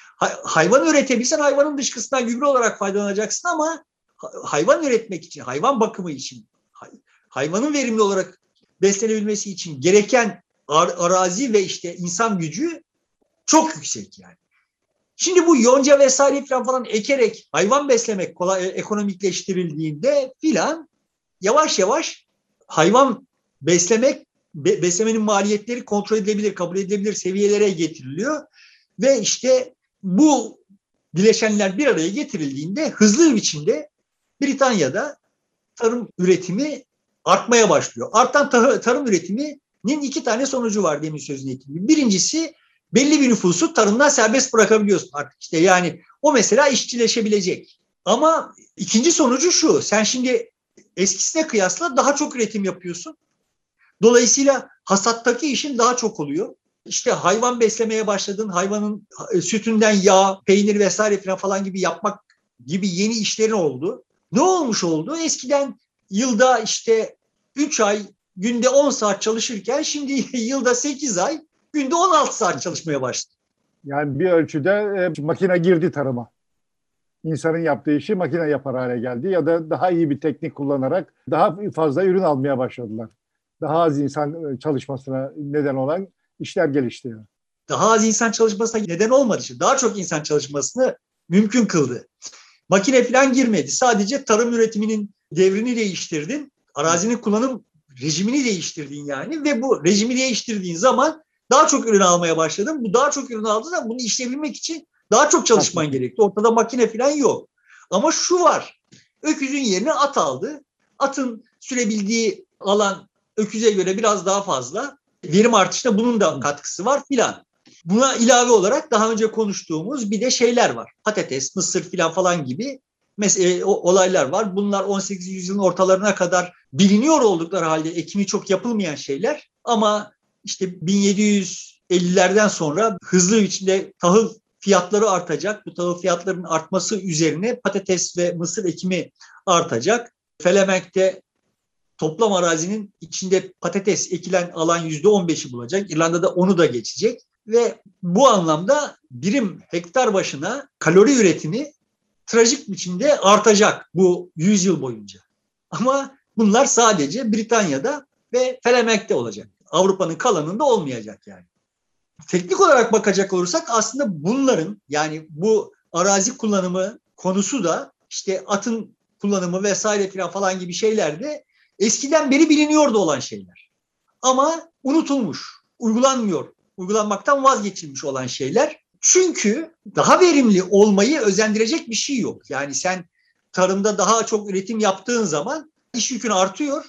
Hayvan üretebilsen hayvanın dışkısından gübre olarak faydalanacaksın ama hayvan üretmek için, hayvan bakımı için, hayvanın verimli olarak beslenebilmesi için gereken arazi ve işte insan gücü çok yüksek yani. Şimdi bu yonca vesaire falan, falan ekerek hayvan beslemek kolay, ekonomikleştirildiğinde filan yavaş yavaş hayvan beslemek, be, beslemenin maliyetleri kontrol edilebilir, kabul edilebilir seviyelere getiriliyor. Ve işte bu bileşenler bir araya getirildiğinde hızlı bir biçimde Britanya'da tarım üretimi artmaya başlıyor. Artan tarım üretiminin iki tane sonucu var demin sözünü ettiğim. Birincisi, belli bir nüfusu tarımdan serbest bırakabiliyorsun artık işte, yani o mesela işçileşebilecek. Ama ikinci sonucu şu, sen şimdi eskisine kıyasla daha çok üretim yapıyorsun. Dolayısıyla hasattaki işin daha çok oluyor. İşte hayvan beslemeye başladın, hayvanın sütünden yağ, peynir vesaire falan gibi yapmak gibi yeni işlerin oldu. Ne olmuş oldu? Eskiden yılda işte üç ay günde on saat çalışırken şimdi yılda sekiz ay günde on altı saat çalışmaya başladı. Yani bir ölçüde e, makine girdi tarıma. İnsanın yaptığı işi makine yapar hale geldi ya da daha iyi bir teknik kullanarak daha fazla ürün almaya başladılar. Daha az insan çalışmasına neden olan işler gelişti. Yani. Daha az insan çalışmasına neden olmadı. Daha çok insan çalışmasını mümkün kıldı. Makine falan girmedi. Sadece tarım üretiminin devrini değiştirdin. Arazinin kullanım rejimini değiştirdin yani. Ve bu rejimi değiştirdiğin zaman daha çok ürün almaya başladın. Bu daha çok ürün aldığın zaman bunu işleyebilmek için daha çok çalışman gerekti. Ortada makine falan yok. Ama şu var. Öküzün yerine at aldı. Atın sürebildiği alan öküze göre biraz daha fazla. Verim artışına bunun da katkısı var filan. Buna ilave olarak daha önce konuştuğumuz bir de şeyler var. Patates, mısır filan falan gibi mes- olaylar var. Bunlar on sekizinci yüzyılın ortalarına kadar biliniyor oldukları halde ekimi çok yapılmayan şeyler. Ama işte bin yedi yüz ellilerden sonra hızlı biçimde tahıl fiyatları artacak. Bu tahıl fiyatlarının artması üzerine patates ve mısır ekimi artacak. Felemenk'te toplam arazinin içinde patates ekilen alan yüzde on beşi bulacak. İrlanda'da onu da geçecek. Ve bu anlamda birim hektar başına kalori üretimi trajik biçimde artacak bu yüz yıl boyunca. Ama bunlar sadece Britanya'da ve Felemenk'te olacak. Avrupa'nın kalanında olmayacak yani. Teknik olarak bakacak olursak aslında bunların, yani bu arazi kullanımı konusu da işte atın kullanımı vesaire falan falan gibi şeyler de eskiden beri biliniyordu olan şeyler. Ama unutulmuş, uygulanmıyor, uygulanmaktan vazgeçilmiş olan şeyler. Çünkü daha verimli olmayı özendirecek bir şey yok. Yani sen tarımda daha çok üretim yaptığın zaman iş yükün artıyor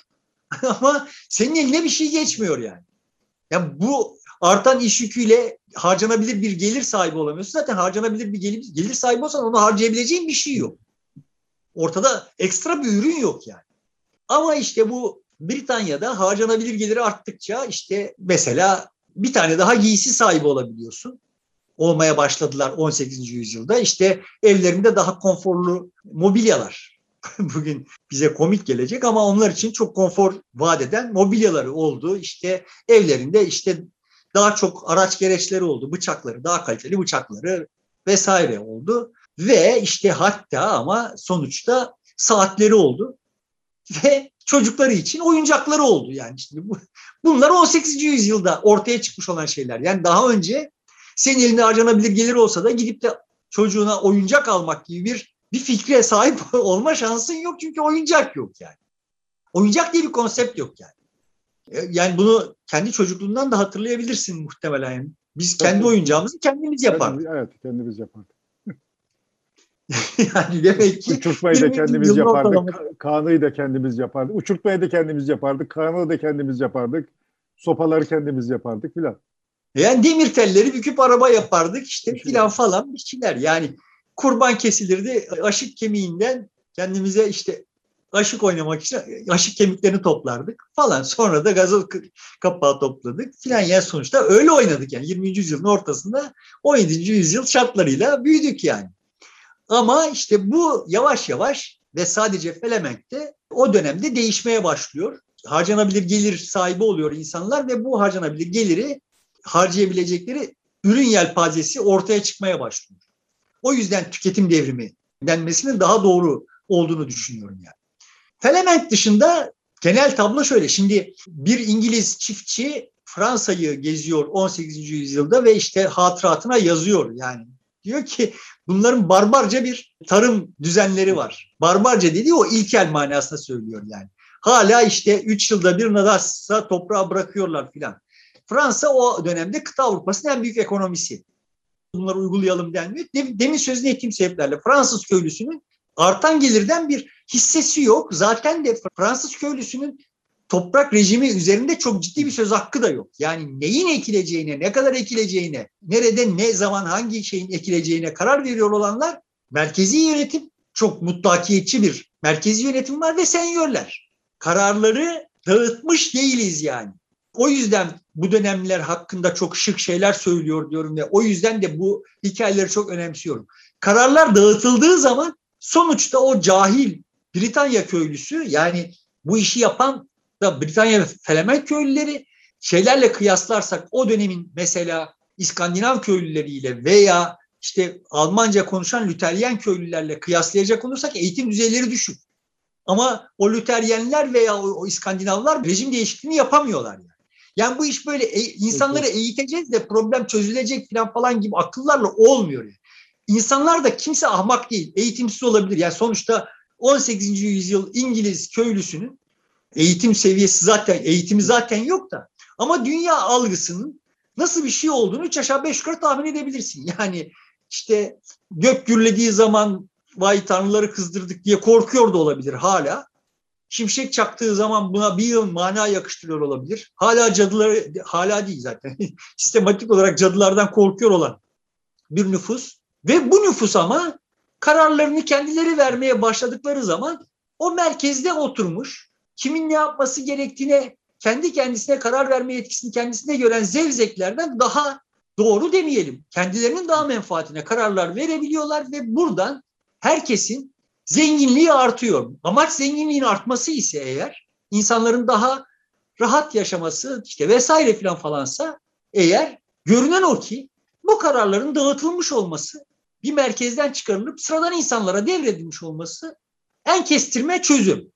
ama senin eline bir şey geçmiyor yani. Yani bu artan iş yüküyle harcanabilir bir gelir sahibi olamıyorsun. Zaten harcanabilir bir gelir, gelir sahibi olsan onu harcayabileceğin bir şey yok. Ortada ekstra bir ürün yok yani. Ama işte bu Britanya'da harcanabilir geliri arttıkça işte mesela bir tane daha giysi sahibi olabiliyorsun. Olmaya başladılar on sekizinci yüzyılda. İşte evlerinde daha konforlu mobilyalar. Bugün bize komik gelecek ama onlar için çok konfor vaat eden mobilyaları oldu. İşte evlerinde işte daha çok araç gereçleri oldu. Bıçakları, daha kaliteli bıçakları vesaire oldu. Ve işte hatta ama sonuçta saatleri oldu. Ve çocukları için oyuncakları oldu. Yani şimdi bu, bunlar on sekizinci yüzyılda ortaya çıkmış olan şeyler. Yani daha önce senin elinde harcanabilir gelir olsa da gidip de çocuğuna oyuncak almak gibi bir bir fikre sahip olma şansın yok çünkü oyuncak yok yani. Oyuncak diye bir konsept yok yani. Yani bunu kendi çocukluğundan da hatırlayabilirsin muhtemelen. Yani biz kendi Tabii. oyuncağımızı kendimiz yapardık. Kendimiz, evet, kendimiz yapardık. Yani demek ki uçurtmayı da kendimiz yapardık. Kanıyı da kendimiz yapardık. Uçurtmayı da kendimiz yapardık. Kanıyı da kendimiz yapardık. Sopaları kendimiz yapardık filan. Yani demir telleri büküp araba yapardık işte filan falan bir şeyler. Yani kurban kesilirdi. Aşık kemiğinden kendimize işte aşık oynamak için aşık kemiklerini toplardık falan. Sonra da gazoz kapağı topladık filan. Yani sonuçta öyle oynadık yani. yirminci yüzyılın ortasında on yedinci yüzyıl şartlarıyla büyüdük yani. Ama işte bu yavaş yavaş ve sadece Felemenk'te o dönemde değişmeye başlıyor. Harcanabilir gelir sahibi oluyor insanlar ve bu harcanabilir geliri harcayabilecekleri ürün yelpazesi ortaya çıkmaya başlıyor. O yüzden tüketim devrimi denmesinin daha doğru olduğunu düşünüyorum yani. Felemenk dışında genel tablo şöyle. Şimdi bir İngiliz çiftçi Fransa'yı geziyor on sekizinci yüzyılda ve işte hatıratına yazıyor yani. Diyor ki bunların barbarca bir tarım düzenleri var. Barbarca dediği o ilkel manasında söylüyor yani. Hala işte üç yılda bir nadasa toprağa bırakıyorlar filan. Fransa o dönemde kıta Avrupa'sının en büyük ekonomisi. Bunları uygulayalım denmiyor. Demin sözünü ettiğim sebeplerle Fransız köylüsünün artan gelirden bir hissesi yok. Zaten de Fransız köylüsünün toprak rejimi üzerinde çok ciddi bir söz hakkı da yok. Yani neyin ekileceğine, ne kadar ekileceğine, nerede, ne zaman, hangi şeyin ekileceğine karar veriyor olanlar merkezi yönetim, çok mutlakiyetçi bir merkezi yönetim var ve senyörler. Kararları dağıtmış değiliz yani. O yüzden bu dönemler hakkında çok şık şeyler söylüyor diyorum ve o yüzden de bu hikayeleri çok önemsiyorum. Kararlar dağıtıldığı zaman sonuçta o cahil Britanya köylüsü, yani bu işi yapan da Britanya ve Felemenk köylüleri, şeylerle kıyaslarsak o dönemin mesela İskandinav köylüleriyle veya işte Almanca konuşan Lüteryen köylülerle kıyaslayacak olursak eğitim düzeyleri düşük. Ama o Lüteryenler veya o, o İskandinavlar rejim değişikliğini yapamıyorlar yani. Yani bu iş böyle e, insanları eğiteceğiz de problem çözülecek falan falan gibi akıllarla olmuyor yani. İnsanlar da kimse ahmak değil, eğitimsiz olabilir. Yani sonuçta on sekizinci yüzyıl İngiliz köylüsünün eğitim seviyesi zaten, eğitimi zaten yok da, ama dünya algısının nasıl bir şey olduğunu üç aşağı beş yukarı tahmin edebilirsin. Yani işte gök gürlediği zaman vay tanrıları kızdırdık diye korkuyor da olabilir hala. Şimşek çaktığı zaman buna bir yıl mana yakıştırıyor olabilir. Hala cadıları, hala değil zaten, sistematik olarak cadılardan korkuyor olan bir nüfus. Ve bu nüfus ama kararlarını kendileri vermeye başladıkları zaman o merkezde oturmuş, kimin ne yapması gerektiğine, kendi kendisine karar verme yetkisini kendisine gören zevzeklerden daha doğru demeyelim, kendilerinin daha menfaatine kararlar verebiliyorlar ve buradan herkesin zenginliği artıyor. Amaç zenginliğin artması ise eğer, insanların daha rahat yaşaması işte vesaire filan falansa eğer, görünen o ki bu kararların dağıtılmış olması, bir merkezden çıkarılıp sıradan insanlara devredilmiş olması en kestirme çözüm.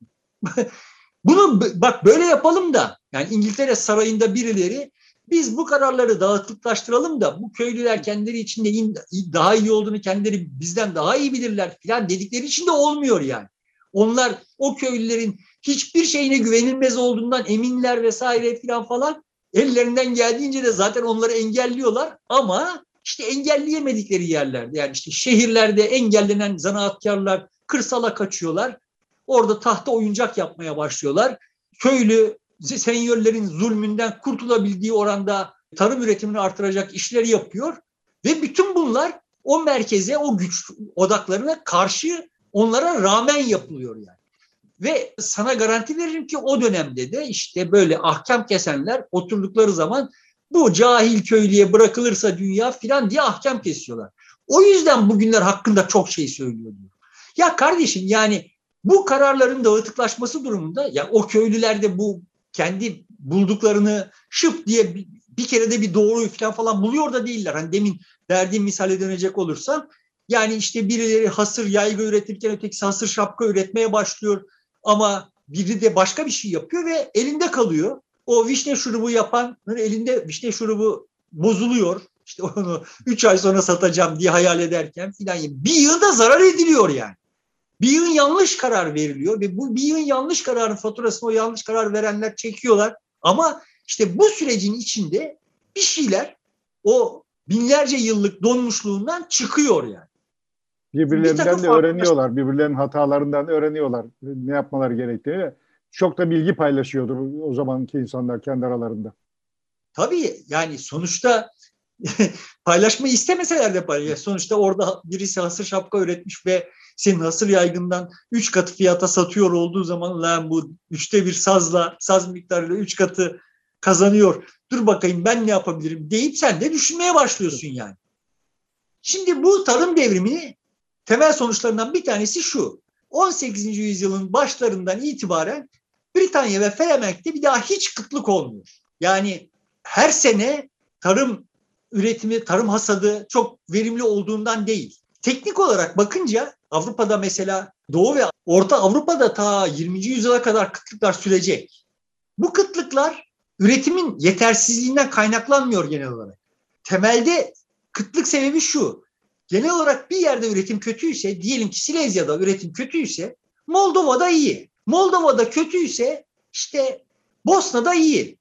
Bunu bak böyle yapalım da, yani İngiltere sarayında birileri biz bu kararları dağıtıklaştıralım da bu köylüler kendileri içinde daha iyi olduğunu kendileri bizden daha iyi bilirler falan dedikleri için de olmuyor yani. Onlar o köylülerin hiçbir şeyine güvenilmez olduğundan eminler vesaire falan falan, ellerinden geldiğince de zaten onları engelliyorlar ama işte engelleyemedikleri yerlerde, yani işte şehirlerde engellenen zanaatkarlar kırsala kaçıyorlar. Orada tahta oyuncak yapmaya başlıyorlar. Köylü senyörlerin zulmünden kurtulabildiği oranda tarım üretimini artıracak işleri yapıyor. Ve bütün bunlar o merkeze, o güç odaklarına karşı onlara rağmen yapılıyor yani. Ve sana garanti veririm ki o dönemde de işte böyle ahkam kesenler oturdukları zaman bu cahil köylüye bırakılırsa dünya filan diye ahkam kesiyorlar. O yüzden bugünler hakkında çok şey söylüyor diyor. Ya kardeşim, yani bu kararların dağıtıklaşması durumunda ya o köylüler de bu kendi bulduklarını şıp diye bir, bir kere de bir doğruyu falan falan buluyor da değiller. Hani demin verdiğim misale dönecek olursam, yani işte birileri hasır yaygı üretirken ötekisi hasır şapka üretmeye başlıyor ama biri de başka bir şey yapıyor ve elinde kalıyor. O vişne şurubu yapanın elinde vişne şurubu bozuluyor. İşte onu üç ay sonra satacağım diye hayal ederken filan bir yılda zarar ediliyor yani. Bir yığın yanlış karar veriliyor ve bu bir yığın yanlış kararın faturasını o yanlış karar verenler çekiyorlar. Ama işte bu sürecin içinde bir şeyler o binlerce yıllık donmuşluğundan çıkıyor yani. Birbirlerinden de öğreniyorlar, birbirlerinin hatalarından öğreniyorlar ne yapmaları gerektiğini. Çok da bilgi paylaşıyordur o zamanki insanlar kendi aralarında. Tabii yani sonuçta paylaşmayı istemeseler de paylaşıyor. Sonuçta orada birisi hasır şapka üretmiş ve senin hasır yaygından üç katı fiyata satıyor olduğu zaman lan bu üçte bir sazla, saz miktarıyla üç katı kazanıyor. Dur bakayım ben ne yapabilirim deyip sen de düşünmeye başlıyorsun yani. Şimdi bu tarım devrimini temel sonuçlarından bir tanesi şu. on sekizinci yüzyılın başlarından itibaren Britanya ve Felemenk'te bir daha hiç kıtlık olmuyor. Yani her sene tarım üretimi, tarım hasadı çok verimli olduğundan değil. Teknik olarak bakınca Avrupa'da mesela Doğu ve Orta Avrupa'da ta yirminci yüzyıla kadar kıtlıklar sürecek. Bu kıtlıklar üretimin yetersizliğinden kaynaklanmıyor genel olarak. Temelde kıtlık sebebi şu. Genel olarak bir yerde üretim kötüyse, diyelim ki Silezya'da üretim kötüyse Moldova'da iyi. Moldova'da kötüyse işte Bosna'da iyi.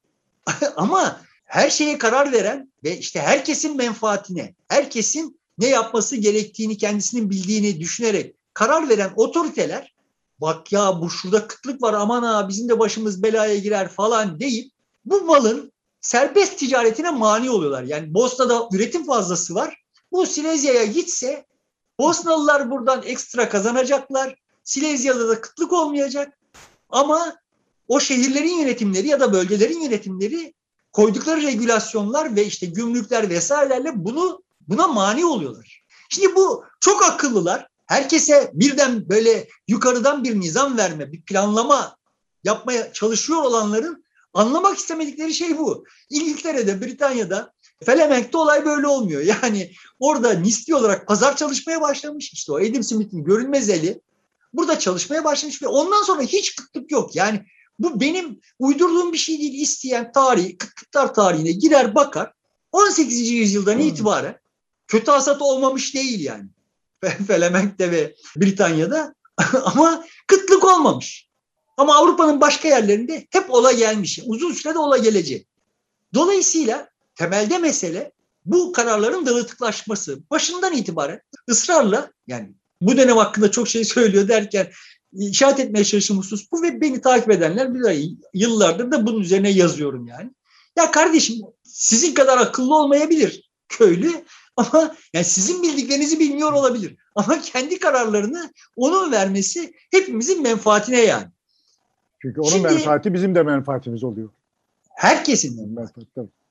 Ama her şeye karar veren ve işte herkesin menfaatine, herkesin ne yapması gerektiğini kendisinin bildiğini düşünerek karar veren otoriteler bak ya bu şurada kıtlık var aman ha bizim de başımız belaya girer falan deyip bu malın serbest ticaretine mani oluyorlar. Yani Bosna'da üretim fazlası var. Bu Silezya'ya gitse Bosnalılar buradan ekstra kazanacaklar. Silezya'da da kıtlık olmayacak. Ama o şehirlerin yönetimleri ya da bölgelerin yönetimleri koydukları regülasyonlar ve işte gümrükler vesairelerle bunu buna mani oluyorlar. Şimdi bu çok akıllılar. Herkese birden böyle yukarıdan bir nizam verme, bir planlama yapmaya çalışıyor olanların anlamak istemedikleri şey bu. İngiltere'de, Britanya'da, Felemenk'te olay böyle olmuyor. Yani orada nispi olarak pazar çalışmaya başlamış. İşte o Adam Smith'in görünmez eli burada çalışmaya başlamış ve ondan sonra hiç kıtlık yok. Yani bu benim uydurduğum bir şey değil. İsteyen tarih, kıtlıklar tarihine girer bakar. on sekizinci yüzyıldan hmm. itibaren kötü hasat olmamış değil yani. Felemenk'te ve Britanya'da ama kıtlık olmamış. Ama Avrupa'nın başka yerlerinde hep ola gelmiş. Uzun sürede ola gelecek. Dolayısıyla temelde mesele bu kararların dağıtıklaşması. Başından itibaren ısrarla yani bu dönem hakkında çok şey söylüyor derken işaret etmeye çalıştığım husus bu ve beni takip edenler bir yıllardır da bunun üzerine yazıyorum yani. Ya kardeşim sizin kadar akıllı olmayabilir köylü ama yani sizin bildiklerinizi bilmiyor olabilir. Ama kendi kararlarını onun vermesi hepimizin menfaatine yani. Çünkü onun şimdi, menfaati bizim de menfaatimiz oluyor. Herkesin menfaati.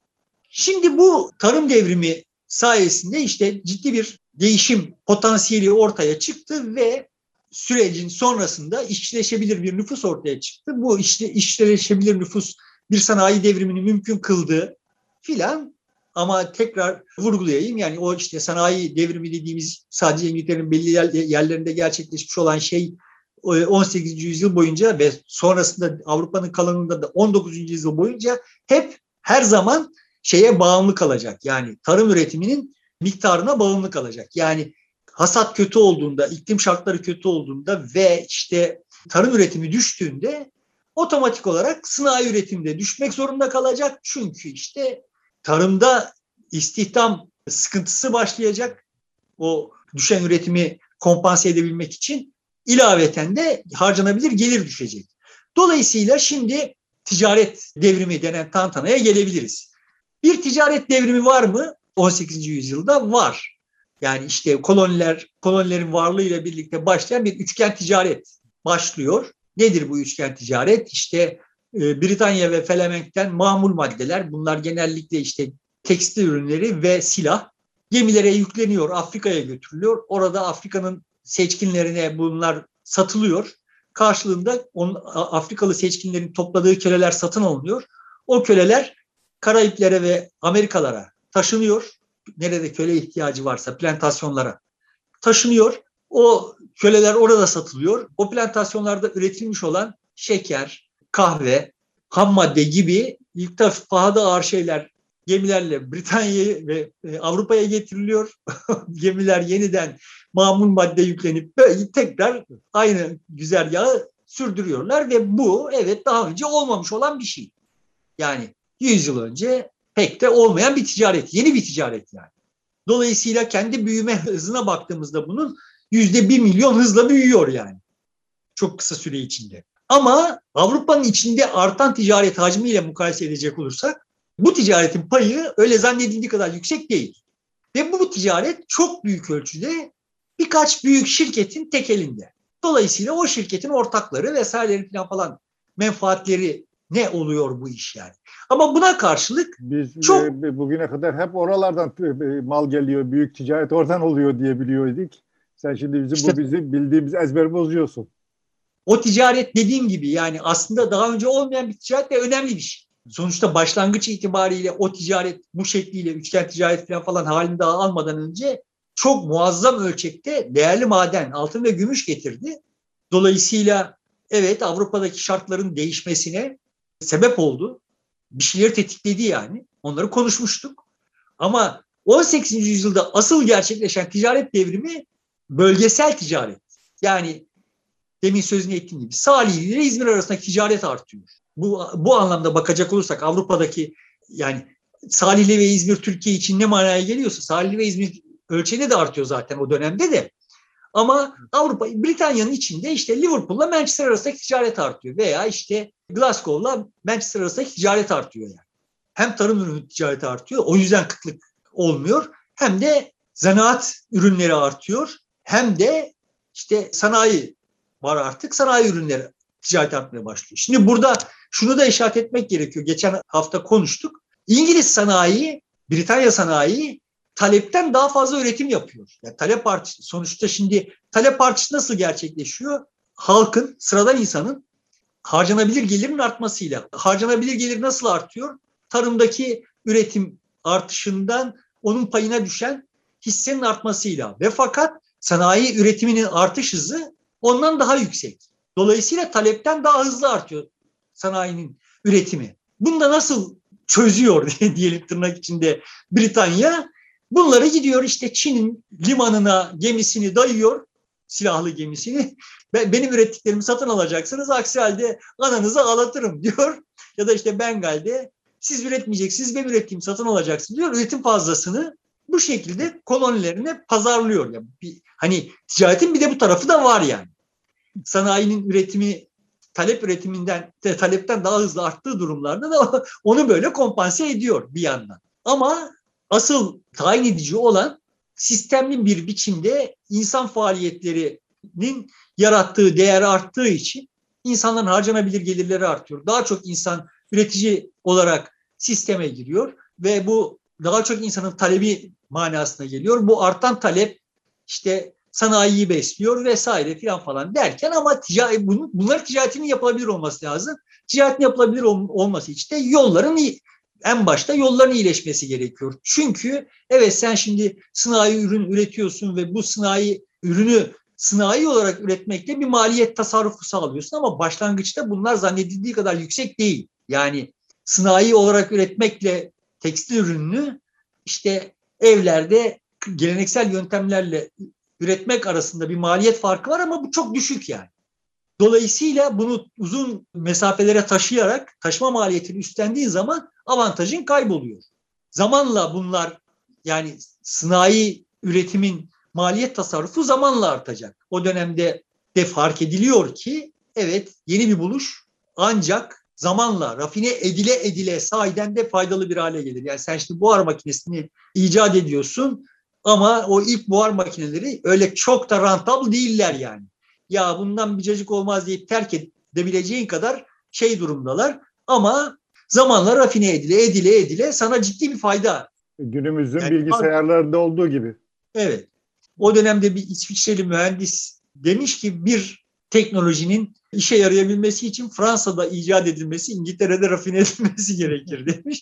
Şimdi bu tarım devrimi sayesinde işte ciddi bir değişim potansiyeli ortaya çıktı ve sürecin sonrasında işleşebilir bir nüfus ortaya çıktı. Bu işte işleşebilir nüfus bir sanayi devrimini mümkün kıldı filan. Ama tekrar vurgulayayım yani o işte sanayi devrimi dediğimiz sadece İngiltere'nin belli yerlerinde gerçekleşmiş olan şey on sekizinci yüzyıl boyunca ve sonrasında Avrupa'nın kalanında da on dokuzuncu yüzyıl boyunca hep her zaman şeye bağımlı kalacak. Yani tarım üretiminin miktarına bağımlı kalacak. Yani hasat kötü olduğunda, iklim şartları kötü olduğunda ve işte tarım üretimi düştüğünde otomatik olarak sanayi üretimde düşmek zorunda kalacak. Çünkü işte tarımda istihdam sıkıntısı başlayacak. O düşen üretimi kompanse edebilmek için ilaveten de harcanabilir gelir düşecek. Dolayısıyla şimdi ticaret devrimi denen tantanaya gelebiliriz. Bir ticaret devrimi var mı? on sekizinci yüzyılda var. Yani işte koloniler, kolonilerin varlığıyla birlikte başlayan bir üçgen ticaret başlıyor. Nedir bu üçgen ticaret? İşte e, Britanya ve Felemenk'ten mamul maddeler, bunlar genellikle işte tekstil ürünleri ve silah gemilere yükleniyor, Afrika'ya götürülüyor. Orada Afrika'nın seçkinlerine bunlar satılıyor. Karşılığında on, Afrikalı seçkinlerin topladığı köleler satın alınıyor. O köleler Karayiplere ve Amerikalara taşınıyor. Nerede köle ihtiyacı varsa plantasyonlara taşınıyor. O köleler orada satılıyor. O plantasyonlarda üretilmiş olan şeker, kahve, ham madde gibi ilk pahalı ağır şeyler gemilerle Britanya'ya ve Avrupa'ya getiriliyor. Gemiler yeniden mamul madde yüklenip böyle tekrar aynı güzergahı sürdürüyorlar ve bu evet daha önce olmamış olan bir şey. Yani yüz yıl önce pek de olmayan bir ticaret, yeni bir ticaret yani. Dolayısıyla kendi büyüme hızına baktığımızda bunun yüzde bir milyon hızla büyüyor yani. Çok kısa süre içinde. Ama Avrupa'nın içinde artan ticaret hacmiyle mukayese edecek olursak bu ticaretin payı öyle zannedildiği kadar yüksek değil. Ve bu ticaret çok büyük ölçüde birkaç büyük şirketin tek elinde. Dolayısıyla o şirketin ortakları vesaireleri falan falan menfaatleri ne oluyor bu iş yani. Ama buna karşılık biz çok... e, bugüne kadar hep oralardan e, mal geliyor, büyük ticaret oradan oluyor diye biliyorduk. Sen şimdi bizim işte, bu bizim bildiğimiz ezberi bozuyorsun. O ticaret dediğim gibi yani aslında daha önce olmayan bir ticaret ve önemli bir şey. Sonuçta başlangıç itibariyle o ticaret bu şekliyle üçgen ticaret falan, falan halini daha almadan önce çok muazzam ölçekte değerli maden, altın ve gümüş getirdi. Dolayısıyla evet Avrupa'daki şartların değişmesine sebep oldu. Bir şeyleri tetikledi yani. Onları konuşmuştuk. Ama on sekizinci yüzyılda asıl gerçekleşen ticaret devrimi bölgesel ticaret. Yani demin sözünü ettiğim gibi Salihli ile İzmir arasındaki ticaret artıyor. Bu, bu anlamda bakacak olursak Avrupa'daki yani Salihli ve İzmir Türkiye için ne manaya geliyorsa Salihli ve İzmir ölçeğinde de artıyor zaten o dönemde de. Ama Avrupa, Britanya'nın içinde işte Liverpool'la Manchester arasındaki ticaret artıyor veya işte Glasgow'la Manchester arasındaki ticaret artıyor yani. Hem tarım ürünü ticareti artıyor, o yüzden kıtlık olmuyor. Hem de zanaat ürünleri artıyor, hem de işte sanayi var artık, sanayi ürünleri ticaret artmaya başlıyor. Şimdi burada şunu da işaret etmek gerekiyor. Geçen hafta konuştuk. İngiliz sanayi, Britanya sanayi talepten daha fazla üretim yapıyor. Yani talep artışı, sonuçta şimdi talep artışı nasıl gerçekleşiyor? Halkın, sıradan insanın harcanabilir gelirin artmasıyla. Harcanabilir gelir nasıl artıyor? Tarımdaki üretim artışından onun payına düşen hissenin artmasıyla. Ve fakat sanayi üretiminin artış hızı ondan daha yüksek. Dolayısıyla talepten daha hızlı artıyor sanayinin üretimi. Bunu da nasıl çözüyor diyelim tırnak içinde Britanya? Bunları gidiyor işte Çin'in limanına gemisini dayıyor, silahlı gemisini. Benim ürettiklerimi satın alacaksınız, aksi halde ananızı ağlatırım diyor. Ya da işte Bengal'de siz üretmeyeceksiniz, benim ürettiğimi satın alacaksınız diyor. Üretim fazlasını bu şekilde kolonilerine pazarlıyor. Yani bir, hani ticaretin bir de bu tarafı da var yani. Sanayinin üretimi talep üretiminden, talepten daha hızlı arttığı durumlarda da onu böyle kompanse ediyor bir yandan. Ama asıl tayin edici olan sistemli bir biçimde insan faaliyetlerinin yarattığı değer arttığı için insanların harcanabilir gelirleri artıyor. Daha çok insan üretici olarak sisteme giriyor ve bu daha çok insanın talebi manasına geliyor. Bu artan talep işte sanayiyi besliyor vesaire filan falan derken ama ticari, bunlar ticaretinin yapılabilir olması lazım. Ticaretin yapılabilir olması için de yolların en başta yolların iyileşmesi gerekiyor. Çünkü evet sen şimdi sanayi ürün üretiyorsun ve bu sanayi ürünü sanayi olarak üretmekle bir maliyet tasarrufu sağlıyorsun ama başlangıçta bunlar zannedildiği kadar yüksek değil. Yani sanayi olarak üretmekle tekstil ürününü işte evlerde geleneksel yöntemlerle üretmek arasında bir maliyet farkı var ama bu çok düşük yani. Dolayısıyla bunu uzun mesafelere taşıyarak taşıma maliyetini üstlendiğin zaman avantajın kayboluyor. Zamanla bunlar yani sanayi üretimin maliyet tasarrufu zamanla artacak. O dönemde de fark ediliyor ki evet yeni bir buluş ancak zamanla rafine edile edile sahiden de faydalı bir hale gelir. Yani sen şimdi buhar makinesini icat ediyorsun ama o ilk buhar makineleri öyle çok da rentable değiller yani. Ya bundan bir cacık olmaz deyip terk edebileceğin kadar şey durumdalar. Ama zamanla rafine edile edile edile sana ciddi bir fayda. Günümüzün yani, bilgisayarlarda olduğu gibi. Evet. O dönemde bir İsviçreli mühendis demiş ki bir teknolojinin işe yarayabilmesi için Fransa'da icat edilmesi, İngiltere'de rafine edilmesi gerekir demiş.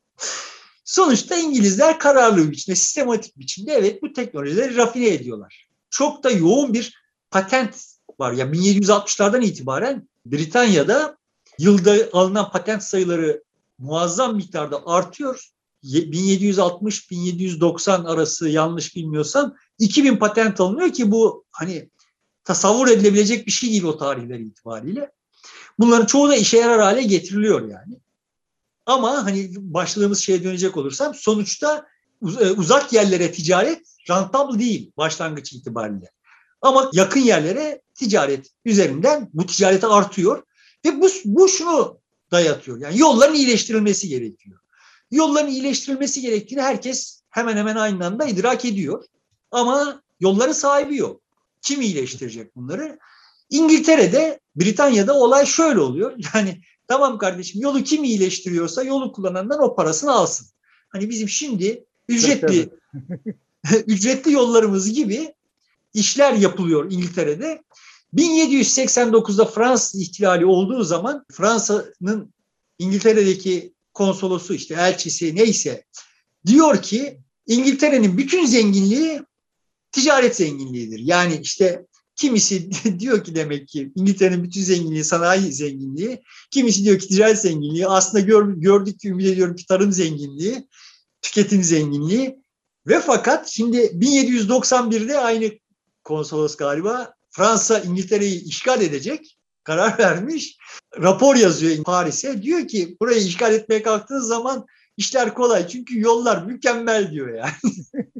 Sonuçta İngilizler kararlı biçimde, sistematik biçimde evet bu teknolojileri rafine ediyorlar. Çok da yoğun bir patent var. Yani bin yedi yüz altmışlardan itibaren Britanya'da yılda alınan patent sayıları muazzam miktarda artıyor. bin yedi yüz altmış bin yedi yüz doksan arası yanlış bilmiyorsam iki bin patent alınıyor ki bu hani tasavvur edilebilecek bir şey değil o tarihler itibariyle. Bunların çoğu da işe yarar hale getiriliyor yani. Ama hani başladığımız şeye dönecek olursam sonuçta uzak yerlere ticaret rentable değil başlangıç itibariyle. Ama yakın yerlere ticaret üzerinden bu ticareti artıyor ve bu, bu şunu dayatıyor. Yani yolların iyileştirilmesi gerekiyor. Yolların iyileştirilmesi gerektiğini herkes hemen hemen aynı anda idrak ediyor. Ama yolların sahibi yok. Kim iyileştirecek bunları? İngiltere'de, Britanya'da olay şöyle oluyor. Yani tamam kardeşim yolu kim iyileştiriyorsa yolu kullanandan o parasını alsın. Hani bizim şimdi ücretli ücretli yollarımız gibi işler yapılıyor İngiltere'de. bin yedi yüz seksen dokuzda Fransız ihtilali olduğu zaman Fransa'nın İngiltere'deki konsolosu işte elçisi neyse diyor ki İngiltere'nin bütün zenginliği ticaret zenginliğidir. Yani işte kimisi diyor ki demek ki İngiltere'nin bütün zenginliği sanayi zenginliği, kimisi diyor ki ticaret zenginliği, aslında gör, gördük ki ümit ediyorum ki tarım zenginliği, tüketim zenginliği ve fakat şimdi bin yedi yüz doksan birde aynı konsolos galiba Fransa İngiltere'yi işgal edecek karar vermiş. Rapor yazıyor Paris'e. Diyor ki burayı işgal etmeye kalktığınız zaman işler kolay. Çünkü yollar mükemmel diyor yani.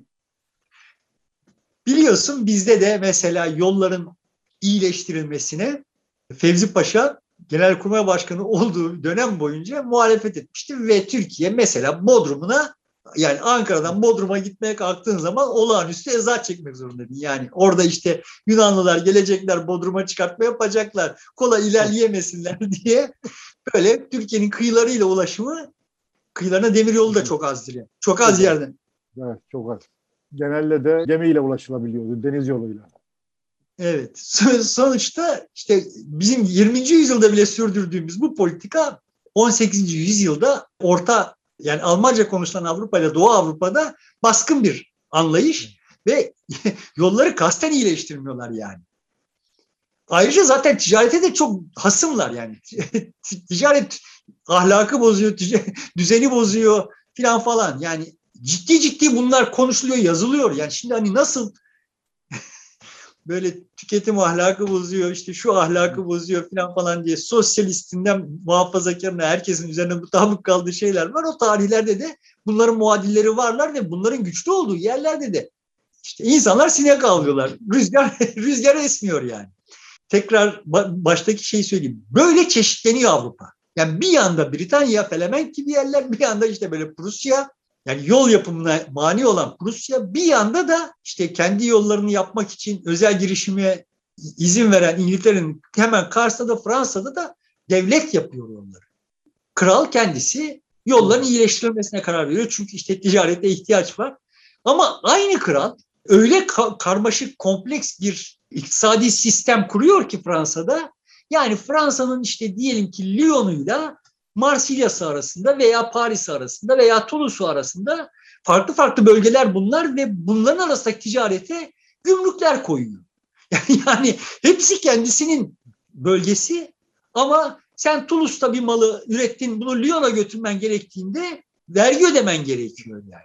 Biliyorsun bizde de mesela yolların iyileştirilmesine Fevzi Paşa Genelkurmay Başkanı olduğu dönem boyunca muhalefet etmiştir ve Türkiye mesela Bodrum'una yani Ankara'dan Bodrum'a gitmeye kalktığın zaman olağanüstü eza çekmek zorundaydın. Yani orada işte Yunanlılar gelecekler Bodrum'a çıkartma yapacaklar. Kolay ilerleyemesinler diye böyle Türkiye'nin kıyılarıyla ulaşımı kıyılarına demiryolu da çok azdır yani. Çok az yerden. Evet çok az. Genelde de gemiyle ulaşılabiliyordu deniz yoluyla. Evet. Sonuçta işte bizim yirminci yüzyılda bile sürdürdüğümüz bu politika on sekizinci yüzyılda orta yani Almanca konuşulan Avrupa ile Doğu Avrupa'da baskın bir anlayış ve yolları kasten iyileştirmiyorlar yani. Ayrıca zaten ticarete de çok hasımlar yani. Ticaret ahlakı bozuyor, düzeni bozuyor filan falan. Yani ciddi ciddi bunlar konuşuluyor, yazılıyor. Yani şimdi hani nasıl böyle tüketim ahlakı bozuyor, işte şu ahlakı bozuyor falan falan diye sosyalistinden muhafazakarına herkesin üzerine mutabık kaldığı şeyler var. O tarihlerde de bunların muadilleri varlar ve bunların güçlü olduğu yerlerde de işte insanlar sinek avlıyorlar. Rüzgar, rüzgar esmiyor yani. Tekrar baştaki şeyi söyleyeyim. Böyle çeşitleniyor Avrupa. Yani bir yanda Britanya, Felemenk gibi yerler, bir yanda işte böyle Prusya, yani yol yapımına mani olan Prusya, bir yanda da işte kendi yollarını yapmak için özel girişime izin veren İngiltere'nin hemen karşısında da Fransa'da da devlet yapıyor yolları. Kral kendisi yolların iyileştirilmesine karar veriyor. Çünkü işte ticarete ihtiyaç var. Ama aynı kral öyle ka- karmaşık, kompleks bir iktisadi sistem kuruyor ki Fransa'da. Yani Fransa'nın işte diyelim ki Lyon'uyla Marsilya'sı arasında veya Paris arasında veya Toulouse arasında farklı farklı bölgeler bunlar ve bunların arasındaki ticarete gümrükler koyuyor. Yani, yani hepsi kendisinin bölgesi ama sen Toulouse'da bir malı ürettin, bunu Lyon'a götürmen gerektiğinde vergi ödemen gerekiyor yani.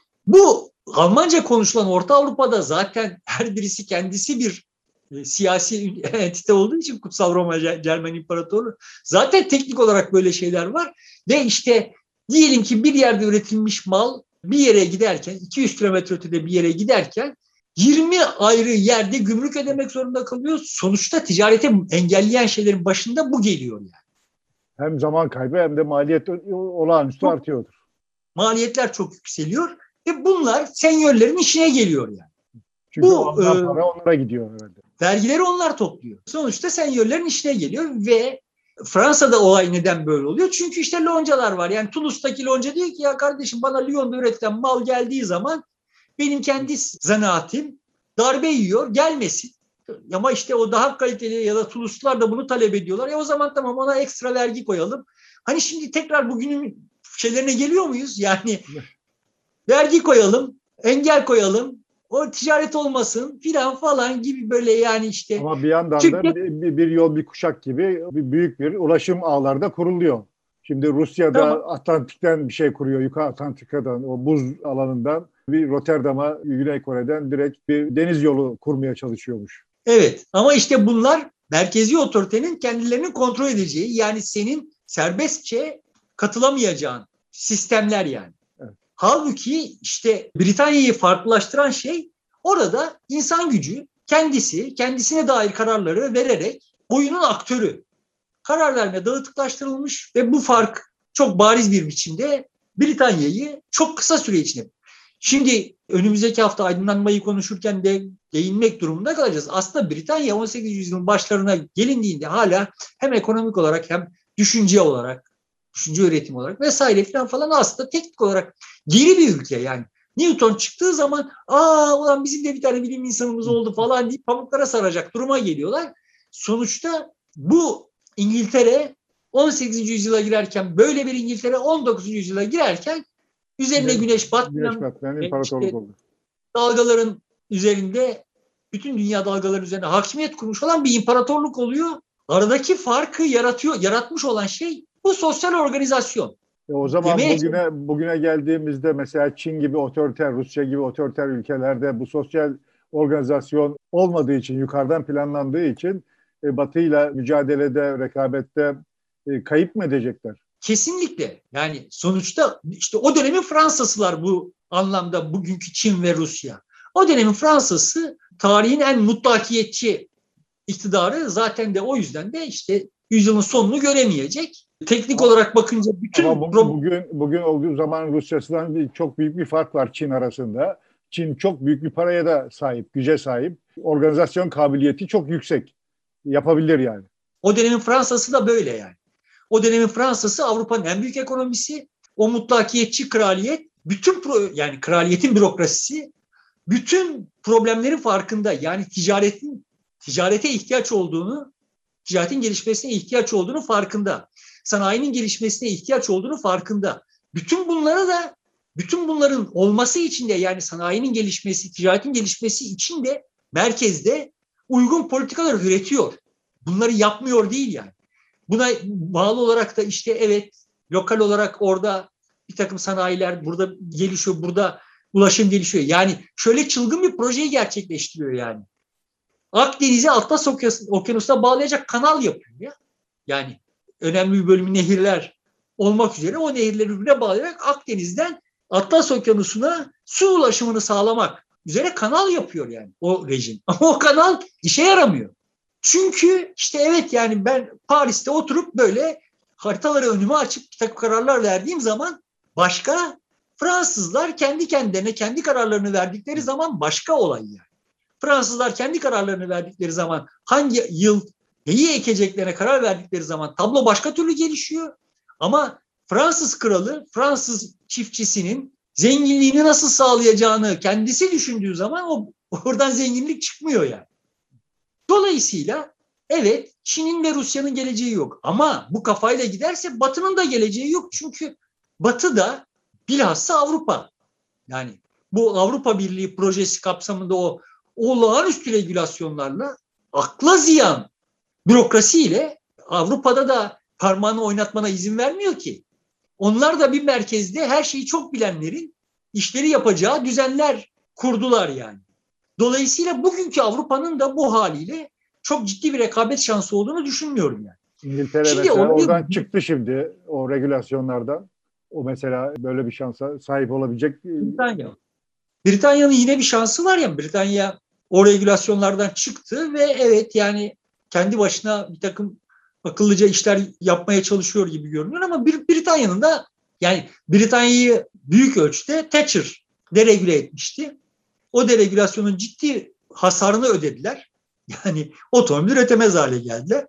Bu Almanca konuşulan Orta Avrupa'da zaten her birisi kendisi bir e, siyasi entite olduğu için Kutsal Roma Cermen İmparatorluğu zaten teknik olarak böyle şeyler var ve işte diyelim ki bir yerde üretilmiş mal bir yere giderken iki yüz kilometre ötede bir yere giderken yirmi ayrı yerde gümrük ödemek zorunda kalıyor. Sonuçta ticareti engelleyen şeylerin başında bu geliyor yani. Hem zaman kaybı hem de maliyet olağanüstü çok, artıyordur. Maliyetler çok yükseliyor ve bunlar senyörlerin işine geliyor yani. Çünkü bu ondan para onlara gidiyor herhalde. Vergileri onlar topluyor. Sonuçta senyörlerin işine geliyor ve Fransa'da olay neden böyle oluyor? Çünkü işte loncalar var. Yani Toulouse'daki lonca diyor ki ya kardeşim bana Lyon'da üretilen mal geldiği zaman benim kendi zanaatim darbe yiyor, gelmesin. Ama işte o daha kaliteli ya da Toulouse'lular da bunu talep ediyorlar. Ya o zaman tamam ona ekstra vergi koyalım. Hani şimdi tekrar bugünün şeylerine geliyor muyuz? Yani vergi koyalım, engel koyalım. O ticaret olmasın filan falan gibi böyle yani işte. Ama bir yandan Çünkü... da bir, bir yol bir kuşak gibi bir büyük bir ulaşım ağları da kuruluyor. Şimdi Rusya'da Tamam. Atlantik'ten bir şey kuruyor. Yukarı Atlantik'ten, o buz alanından bir Rotterdam'a, Güney Kore'den direkt bir deniz yolu kurmaya çalışıyormuş. Evet, ama işte bunlar merkezi otoritenin kendilerini kontrol edeceği, yani senin serbestçe katılamayacağın sistemler yani. Evet. Halbuki işte Britanya'yı farklılaştıran şey orada insan gücü kendisi, kendisine dair kararları vererek oyunun aktörü. Karar verme dağıtıklaştırılmış ve bu fark çok bariz bir biçimde Britanya'yı çok kısa süre içinde. Şimdi önümüzdeki hafta aydınlanmayı konuşurken de değinmek durumunda kalacağız. Aslında Britanya on sekizinci yüzyılın başlarına gelindiğinde hala hem ekonomik olarak hem düşünce olarak, düşünce üretimi olarak vesaire falan falan aslında teknik olarak geri bir ülke yani. Newton çıktığı zaman aa ulan bizim de bir tane bilim insanımız oldu falan deyip pamuklara saracak duruma geliyorlar. Sonuçta bu İngiltere on sekizinci yüzyıla girerken böyle bir İngiltere on dokuzuncu yüzyıla girerken üzerine güneş batmayan, Güneş batmayan imparatorluk işte, oldu. dalgaların üzerinde, bütün dünya dalgaları üzerine hakimiyet kurmuş olan bir imparatorluk oluyor. Aradaki farkı yaratıyor, yaratmış olan şey bu sosyal organizasyon. E o zaman Demeye bugüne bugüne geldiğimizde mesela Çin gibi otoriter, Rusya gibi otoriter ülkelerde bu sosyal organizasyon olmadığı için, yukarıdan planlandığı için e, Batı'yla mücadelede, rekabette e, kayıp mı edecekler? Kesinlikle. Yani sonuçta işte o dönemin Fransızlar bu anlamda bugünkü Çin ve Rusya. O dönemin Fransızı tarihin en mutlakiyetçi iktidarı, zaten de o yüzden de işte yüzyılın sonunu göremeyecek. Teknik Ama, olarak bakınca bütün ama bu, pro- bugün bugün olduğu zaman Rusya'sından bir, çok büyük bir fark var Çin arasında. Çin çok büyük bir paraya da sahip, güce sahip. Organizasyon kabiliyeti çok yüksek. Yapabilir yani. o dönemin Fransızı da böyle yani. O dönemin Fransa'sı Avrupa'nın en büyük ekonomisi, o mutlakiyetçi kraliyet, bütün pro, yani kraliyetin bürokrasisi bütün problemlerin farkında. Yani ticaretin ticarete ihtiyaç olduğunu, ticaretin gelişmesine ihtiyaç olduğunu farkında. Sanayinin gelişmesine ihtiyaç olduğunu farkında. Bütün bunlara da bütün bunların olması için de, yani sanayinin gelişmesi, ticaretin gelişmesi için de merkezde uygun politikalar üretiyor. Bunları yapmıyor değil yani. Buna bağlı olarak da işte evet, lokal olarak orada bir takım sanayiler burada gelişiyor, burada ulaşım gelişiyor. Yani şöyle çılgın bir projeyi gerçekleştiriyor yani. Akdeniz'i Atlas Okyanusu'na bağlayacak kanal yapıyor ya. Yani önemli bir bölümü nehirler olmak üzere o nehirleri birbirine bağlayarak Akdeniz'den Atlas Okyanusu'na su ulaşımını sağlamak üzere kanal yapıyor yani o rejim. Ama o kanal işe yaramıyor. Çünkü işte evet, yani ben Paris'te oturup böyle haritaları önüme açıp bir takım kararlar verdiğim zaman başka, Fransızlar kendi kendilerine kendi kararlarını verdikleri zaman başka olay yani. Fransızlar kendi kararlarını verdikleri zaman, hangi yıl neyi ekeceklerine karar verdikleri zaman tablo başka türlü gelişiyor. Ama Fransız kralı, Fransız çiftçisinin zenginliğini nasıl sağlayacağını kendisi düşündüğü zaman o oradan zenginlik çıkmıyor yani. Dolayısıyla evet, Çin'in ve Rusya'nın geleceği yok. Ama bu kafayla giderse Batı'nın da geleceği yok. Çünkü Batı da bilhassa Avrupa. Yani bu Avrupa Birliği projesi kapsamında o olağanüstü regülasyonlarla, akla ziyan bürokrasiyle Avrupa'da da parmağını oynatmana izin vermiyor ki. Onlar da bir merkezde her şeyi çok bilenlerin işleri yapacağı düzenler kurdular yani. Dolayısıyla bugünkü Avrupa'nın da bu haliyle çok ciddi bir rekabet şansı olduğunu düşünmüyorum yani. İngiltere Şimdi mesela orayı, oradan çıktı şimdi o regülasyonlardan. O mesela böyle bir şansa sahip olabilecek. Britanya. Britanya'nın yine bir şansı var ya. Britanya o regülasyonlardan çıktı ve evet, yani kendi başına bir takım akıllıca işler yapmaya çalışıyor gibi görünüyor ama bir Britanya'nın da, yani Britanya'yı büyük ölçüde Thatcher deregüle etmişti. O deregülasyonun ciddi hasarını ödediler. Yani otomobil üretemez hale geldiler.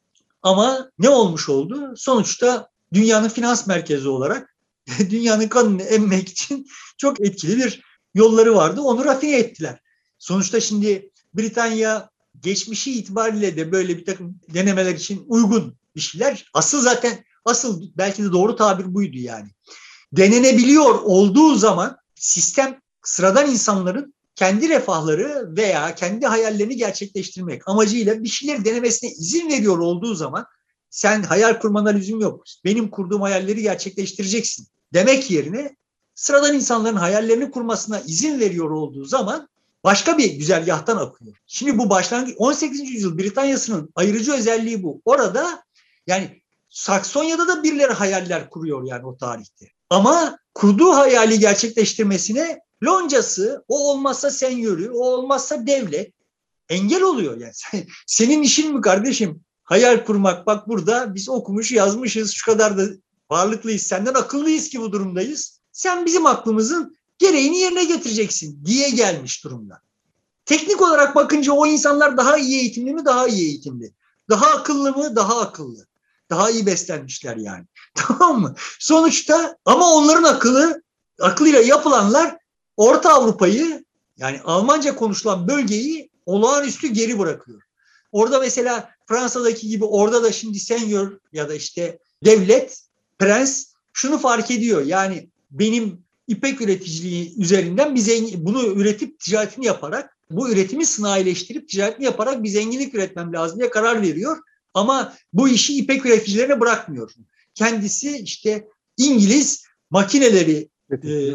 Ama ne olmuş oldu? Sonuçta dünyanın finans merkezi olarak dünyanın kanını emmek için çok etkili bir yolları vardı. Onu rafine ettiler. Sonuçta şimdi Britanya geçmişi itibariyle de böyle bir takım denemeler için uygun bir şeyler. Asıl zaten asıl belki de doğru tabir buydu yani. Denenebiliyor olduğu zaman sistem sıradan insanların kendi refahları veya kendi hayallerini gerçekleştirmek amacıyla bir şeyler denemesine izin veriyor olduğu zaman sen hayal kurmana lüzum yok. Benim kurduğum hayalleri gerçekleştireceksin demek yerine sıradan insanların hayallerini kurmasına izin veriyor olduğu zaman başka bir güzergahtan akıyor. Şimdi bu başlangıç on sekizinci yüzyıl Britanya'sının ayırıcı özelliği bu. Orada yani Saksonya'da da birileri hayaller kuruyor yani o tarihte. Ama kurduğu hayali gerçekleştirmesine loncası, o olmazsa senyörü, o olmazsa devlet engel oluyor. Yani sen, senin işin mi kardeşim? Hayal kurmak, bak burada biz okumuş yazmışız, şu kadar da varlıklıyız, senden akıllıyız ki bu durumdayız. Sen bizim aklımızın gereğini yerine getireceksin diye gelmiş durumda. Teknik olarak bakınca o insanlar daha iyi eğitimli mi? Daha iyi eğitimli. Daha akıllı mı? Daha akıllı. Daha iyi beslenmişler yani. Tamam mı? Sonuçta ama onların akıllı, aklıyla yapılanlar Orta Avrupa'yı, yani Almanca konuşulan bölgeyi olağanüstü geri bırakıyor. Orada mesela Fransa'daki gibi orada da şimdi senyör ya da işte devlet, prens şunu fark ediyor. Yani benim ipek üreticiliği üzerinden bir zengin, bunu üretip ticaretini yaparak, bu üretimi sanayileştirip ticaretini yaparak bir zenginlik üretmem lazım diye karar veriyor. Ama bu işi ipek üreticilerine bırakmıyor. Kendisi işte İngiliz makineleri, e,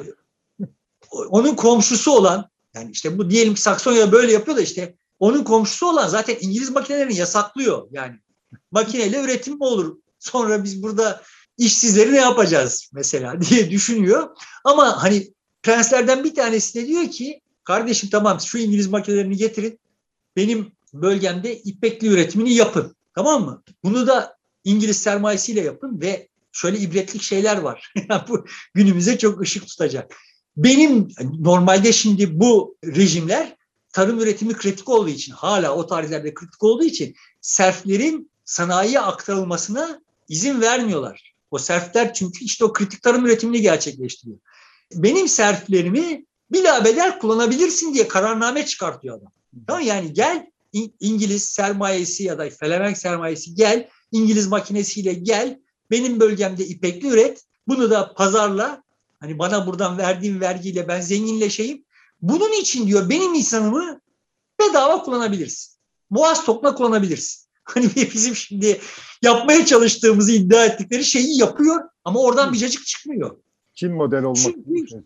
onun komşusu olan, yani işte bu diyelim ki Saksonya'da böyle yapıyor da işte onun komşusu olan zaten İngiliz makinelerini yasaklıyor. Yani makineyle üretim mi olur? Sonra biz burada işsizleri ne yapacağız mesela diye düşünüyor. Ama hani prenslerden bir tanesi de diyor ki kardeşim tamam şu İngiliz makinelerini getirin. Benim bölgemde ipekli üretimini yapın. Tamam mı? Bunu da İngiliz sermayesiyle yapın ve şöyle ibretlik şeyler var. Bu günümüze çok ışık tutacak. Benim normalde şimdi bu rejimler tarım üretimi kritik olduğu için, hala o tarihlerde kritik olduğu için serflerin sanayiye aktarılmasına izin vermiyorlar. O serfler çünkü işte o kritik tarım üretimini gerçekleştiriyor. Benim serflerimi bilabedel kullanabilirsin diye kararname çıkartıyor adam. Tamam, yani gel İngiliz sermayesi ya da Felemenk sermayesi gel, İngiliz makinesiyle gel, benim bölgemde ipekli üret, bunu da pazarla, hani bana buradan verdiğim vergiyle ben zenginleşeyim. Bunun için diyor benim insanımı bedava kullanabilirsin. Boğaz tokuna kullanabilirsin. Hani bizim şimdi yapmaya çalıştığımızı iddia ettikleri şeyi yapıyor ama oradan bir cacık çıkmıyor. Çin model olmak. Çünkü,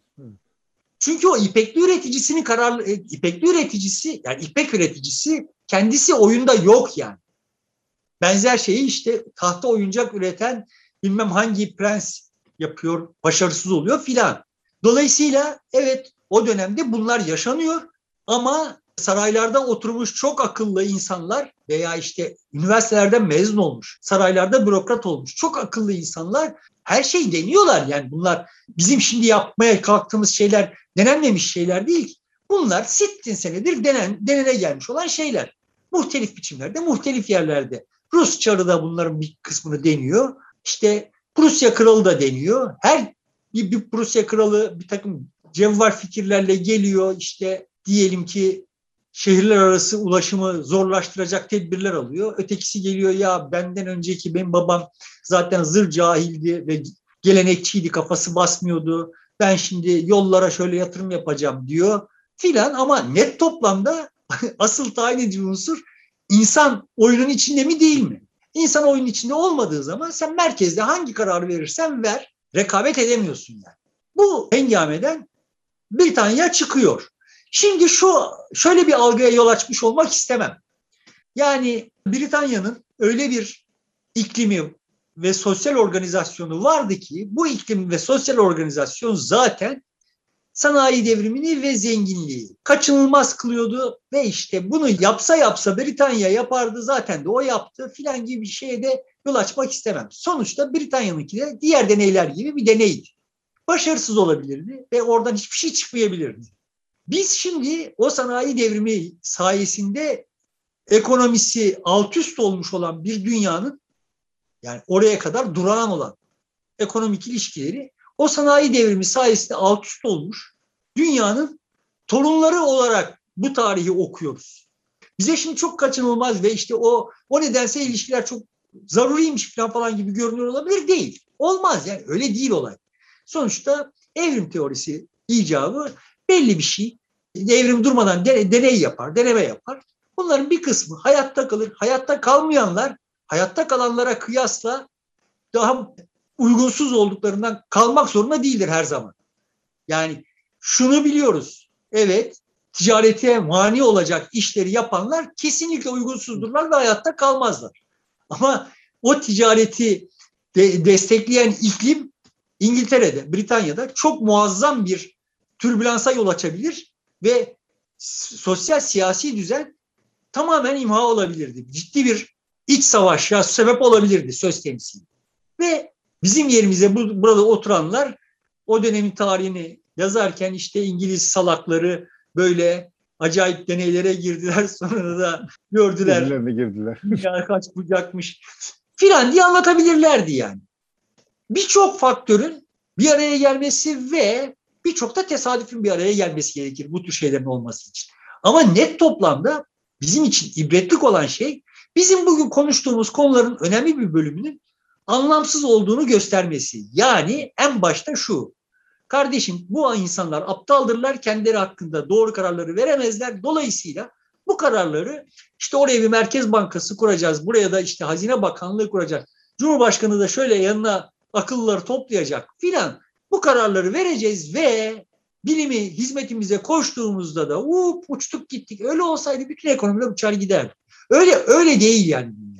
çünkü o ipekli üreticisinin kararlı, ipekli üreticisi yani ipek üreticisi kendisi oyunda yok yani. Benzer şeyi işte tahta oyuncak üreten bilmem hangi prens yapıyor, başarısız oluyor filan. Dolayısıyla evet o dönemde bunlar yaşanıyor ama saraylarda oturmuş çok akıllı insanlar veya işte üniversitelerden mezun olmuş, saraylarda bürokrat olmuş çok akıllı insanlar her şeyi deniyorlar. Yani bunlar bizim şimdi yapmaya kalktığımız şeyler denenmemiş şeyler değil. Bunlar sittin senedir denen, denene gelmiş olan şeyler. Muhtelif biçimlerde, muhtelif yerlerde. Rus çarı da bunların bir kısmını deniyor. İşte Prusya kralı da deniyor. Her bir, bir Prusya kralı bir takım cevval fikirlerle geliyor. İşte diyelim ki şehirler arası ulaşımı zorlaştıracak tedbirler alıyor. Ötekisi geliyor ya benden önceki benim babam zaten zır cahildi ve gelenekçiydi, kafası basmıyordu. Ben şimdi yollara şöyle yatırım yapacağım diyor filan ama net toplamda asıl tayin edici unsur insan oyunun içinde mi değil mi? İnsan oyunun içinde olmadığı zaman sen merkezde hangi kararı verirsen ver, rekabet edemiyorsun yani. Bu hengameden Britanya çıkıyor. Şimdi şu şöyle bir algıya yol açmış olmak istemem. Yani Britanya'nın öyle bir iklimi ve sosyal organizasyonu vardı ki bu iklim ve sosyal organizasyon zaten sanayi devrimini ve zenginliği kaçınılmaz kılıyordu ve işte bunu yapsa yapsa Britanya yapardı zaten de o yaptı filan gibi bir şeye de yol açmak istemem. Sonuçta Britanya'nınki de diğer deneyler gibi bir deneydi. Başarısız olabilirdi ve oradan hiçbir şey çıkmayabilirdi. Biz şimdi o sanayi devrimi sayesinde ekonomisi alt üst olmuş olan bir dünyanın yani oraya kadar durağan olan ekonomik ilişkileri o sanayi devrimi sayesinde alt üst olmuş dünyanın torunları olarak bu tarihi okuyoruz. Bize şimdi çok kaçınılmaz ve işte o o nedense ilişkiler çok zaruriymiş falan falan gibi görünüyor olabilir değil. Olmaz yani öyle değil olay. Sonuçta evrim teorisi icabı belli bir şey. Evrim durmadan deney yapar, deneme yapar. Bunların bir kısmı hayatta kalır. Hayatta kalmayanlar hayatta kalanlara kıyasla daha uygunsuz olduklarından kalmak zorunda değildir her zaman. Yani şunu biliyoruz. Evet, ticarete mani olacak işleri yapanlar kesinlikle uygunsuzdurlar ve hayatta kalmazlar. Ama o ticareti de destekleyen iklim İngiltere'de, Britanya'da çok muazzam bir türbülansa yol açabilir ve sosyal siyasi düzen tamamen imha olabilirdi. Ciddi bir iç savaşa sebep olabilirdi söz temsili. Ve bizim yerimize bu, burada oturanlar o dönemin tarihini yazarken işte İngiliz salakları böyle acayip deneylere girdiler, sonra da gördüler. Kendilerine girdiler. Ya kaç bucakmış filan diye anlatabilirlerdi yani. Birçok faktörün bir araya gelmesi ve birçok da tesadüfün bir araya gelmesi gerekir bu tür şeylerin olması için. Ama net toplamda bizim için ibretlik olan şey bizim bugün konuştuğumuz konuların önemli bir bölümünün anlamsız olduğunu göstermesi. Yani en başta şu: kardeşim, bu insanlar aptaldırlar, kendileri hakkında doğru kararları veremezler. Dolayısıyla bu kararları işte oraya bir Merkez Bankası kuracağız, buraya da işte Hazine Bakanlığı kuracağız, Cumhurbaşkanı da şöyle yanına akıllıları toplayacak filan, bu kararları vereceğiz ve bilimi hizmetimize koştuğumuzda da up, uçtuk gittik. Öyle olsaydı bütün ekonomiler uçar giderdi. Öyle öyle değil yani dünya.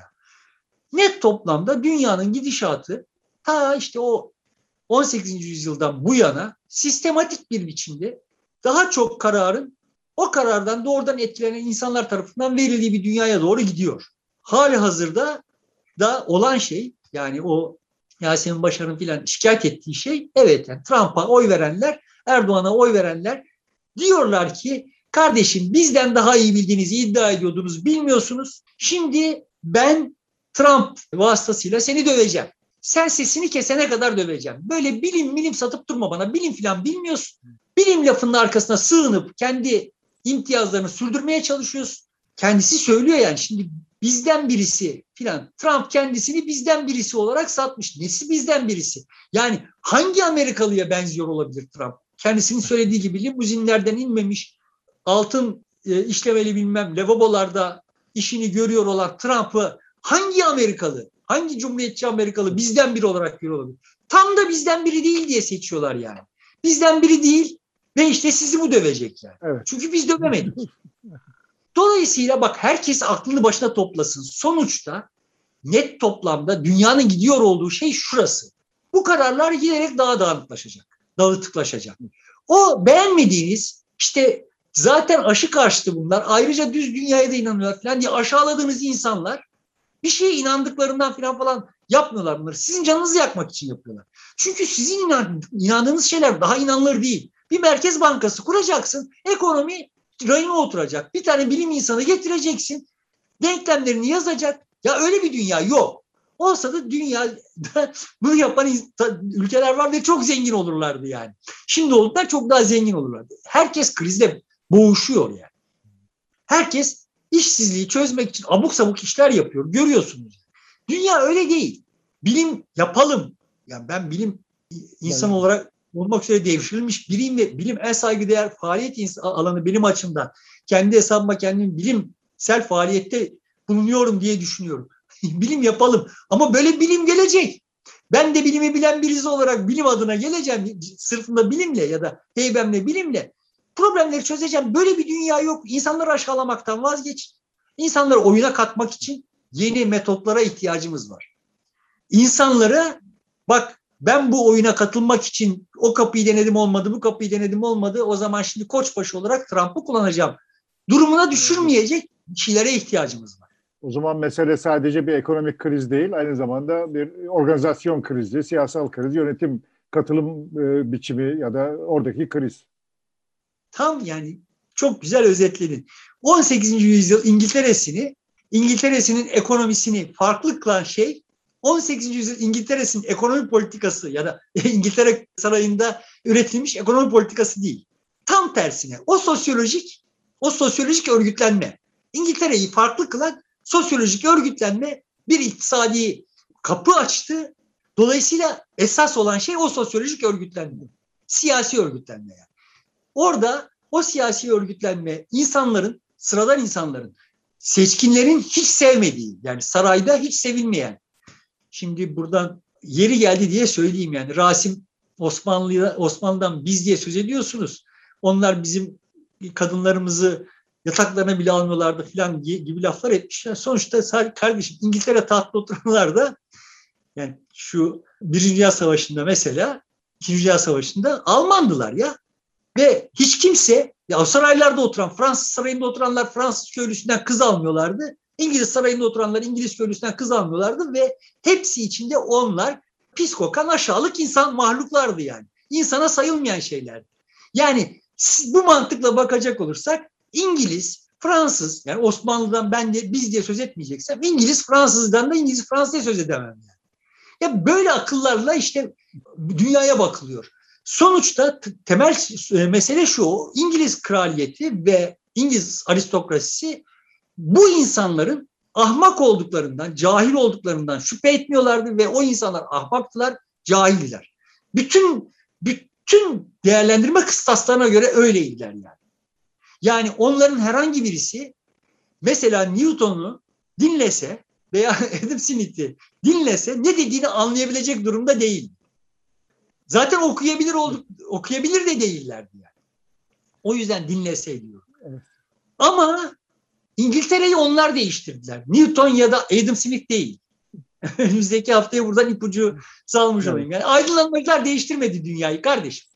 Net toplamda dünyanın gidişatı ta işte o on sekizinci yüzyıldan bu yana sistematik bir biçimde daha çok kararın o karardan doğrudan etkilenen insanlar tarafından verildiği bir dünyaya doğru gidiyor. Hali hazırda da olan şey, yani o Yasemin Başar'ın filan şikayet ettiği şey, evet, yani Trump'a oy verenler, Erdoğan'a oy verenler diyorlar ki kardeşim, bizden daha iyi bildiğinizi iddia ediyordunuz, bilmiyorsunuz. Şimdi ben Trump vasıtasıyla seni döveceğim. Sen sesini kesene kadar döveceğim. Böyle bilim bilim satıp durma bana. Bilim filan bilmiyorsun. Bilim lafının arkasına sığınıp kendi imtiyazlarını sürdürmeye çalışıyorsun. Kendisi söylüyor yani, şimdi bizden birisi filan. Trump kendisini bizden birisi olarak satmış. Nesi bizden birisi? Yani hangi Amerikalıya benziyor olabilir Trump? Kendisinin söylediği gibi limuzinlerden inmemiş, altın e, işlemeli bilmem lavabolarda işini görüyor olan Trump'ı hangi Amerikalı, hangi Cumhuriyetçi Amerikalı bizden biri olarak görüyor olabilir? Tam da bizden biri değil diye seçiyorlar yani. Bizden biri değil ve işte sizi bu dövecek yani. Evet. Çünkü biz dövemedik. Dolayısıyla bak, herkes aklını başına toplasın. Sonuçta net toplamda dünyanın gidiyor olduğu şey şurası. Bu kararlar giderek daha dağınıklaşacak, dağıtıklaşacak. O beğenmediğiniz, işte zaten aşı karşıtı bunlar, ayrıca düz dünyaya da inanıyorlar falan diye aşağıladığınız insanlar bir şeye inandıklarından falan falan yapmıyorlar bunları. Sizin canınızı yakmak için yapıyorlar. Çünkü sizin inan, inandığınız şeyler daha inanılır değil. Bir Merkez Bankası kuracaksın, ekonomi rayına oturacak. Bir tane bilim insanı getireceksin, denklemlerini yazacak. Ya öyle bir dünya yok. Olsa da dünyada bunu yapan ülkeler var ve çok zengin olurlardı yani. Şimdi oldular, çok daha zengin olurlardı. Herkes krizle boğuşuyor yani. Herkes işsizliği çözmek için abuk sabuk işler yapıyor. Görüyorsunuz. Dünya öyle değil. Bilim yapalım. Yani ben bilim insan yani. olarak olmak üzere devşirilmiş biriyim ve bilim en saygıdeğer faaliyet alanı benim açımdan. Kendi hesabıma kendim bilimsel faaliyette bulunuyorum diye düşünüyorum. Bilim yapalım. Ama böyle bilim gelecek. Ben de bilimi bilen birisi olarak bilim adına geleceğim. Sırfında bilimle ya da heybemle bilimle problemleri çözeceğim. Böyle bir dünya yok. İnsanları aşağılamaktan vazgeç. İnsanları oyuna katmak için yeni metotlara ihtiyacımız var. İnsanlara bak, ben bu oyuna katılmak için o kapıyı denedim olmadı, bu kapıyı denedim olmadı, o zaman şimdi koçbaşı olarak Trump'ı kullanacağım durumuna düşürmeyecek kişilere ihtiyacımız var. O zaman mesele sadece bir ekonomik kriz değil, aynı zamanda bir organizasyon krizi, siyasal kriz, yönetim katılım e, biçimi ya da oradaki kriz. Tam yani çok güzel özetledin. on sekizinci yüzyıl İngiltere'sini, İngiltere'sinin ekonomisini farklı kılan şey, on sekizinci yüzyıl İngiltere'sinin ekonomi politikası ya da İngiltere sarayında üretilmiş ekonomi politikası değil. Tam tersine o sosyolojik, o sosyolojik örgütlenme, İngiltere'yi farklı kılan sosyolojik örgütlenme bir iktisadi kapı açtı. Dolayısıyla esas olan şey o sosyolojik örgütlenme, siyasi örgütlenme yani. Orada o siyasi örgütlenme insanların, sıradan insanların seçkinlerin hiç sevmediği, yani sarayda hiç sevilmeyen. Şimdi buradan yeri geldi diye söyleyeyim, yani Rasim Osmanlı'ya, Osmanlı'dan biz diye söz ediyorsunuz. Onlar bizim kadınlarımızı yataklarına bile almıyorlardı falan gibi laflar etmişler. Sonuçta kardeşim İngiltere tahtta oturanlar da, yani şu Birinci Dünya Savaşı'nda mesela, İkinci Dünya Savaşı'nda Almandılar ya. Ve hiç kimse, ya o saraylarda oturan, Fransız sarayında oturanlar Fransız köylüsünden kız almıyorlardı. İngiliz sarayında oturanlar İngiliz köylüsünden kız almıyorlardı ve hepsi içinde onlar pis kokan aşağılık insan mahluklardı yani. İnsana sayılmayan şeylerdi. Yani bu mantıkla bakacak olursak İngiliz, Fransız, yani Osmanlı'dan ben de biz diye söz etmeyeceksem İngiliz Fransız'dan da İngiliz Fransız diye söz edemem yani. Ya böyle akıllarla işte dünyaya bakılıyor. Sonuçta temel mesele şu: İngiliz kraliyeti ve İngiliz aristokrasisi bu insanların ahmak olduklarından, cahil olduklarından şüphe etmiyorlardı ve o insanlar ahmaktılar, cahildiler. Bütün bütün değerlendirme kıstaslarına göre öyleydiler yani. Yani onların herhangi birisi mesela Newton'u dinlese veya Adam Smith'i dinlese ne dediğini anlayabilecek durumda değil. Zaten okuyabilir olduk, okuyabilir de değillerdi yani. O yüzden dinleseydi diyor. Evet. Ama İngiltere'yi onlar değiştirdiler. Newton ya da Adam Smith değil. Önümüzdeki haftaya buradan ipucu salmış evet. olayım. Yani aydınlanmacılar değiştirmedi dünyayı kardeşim.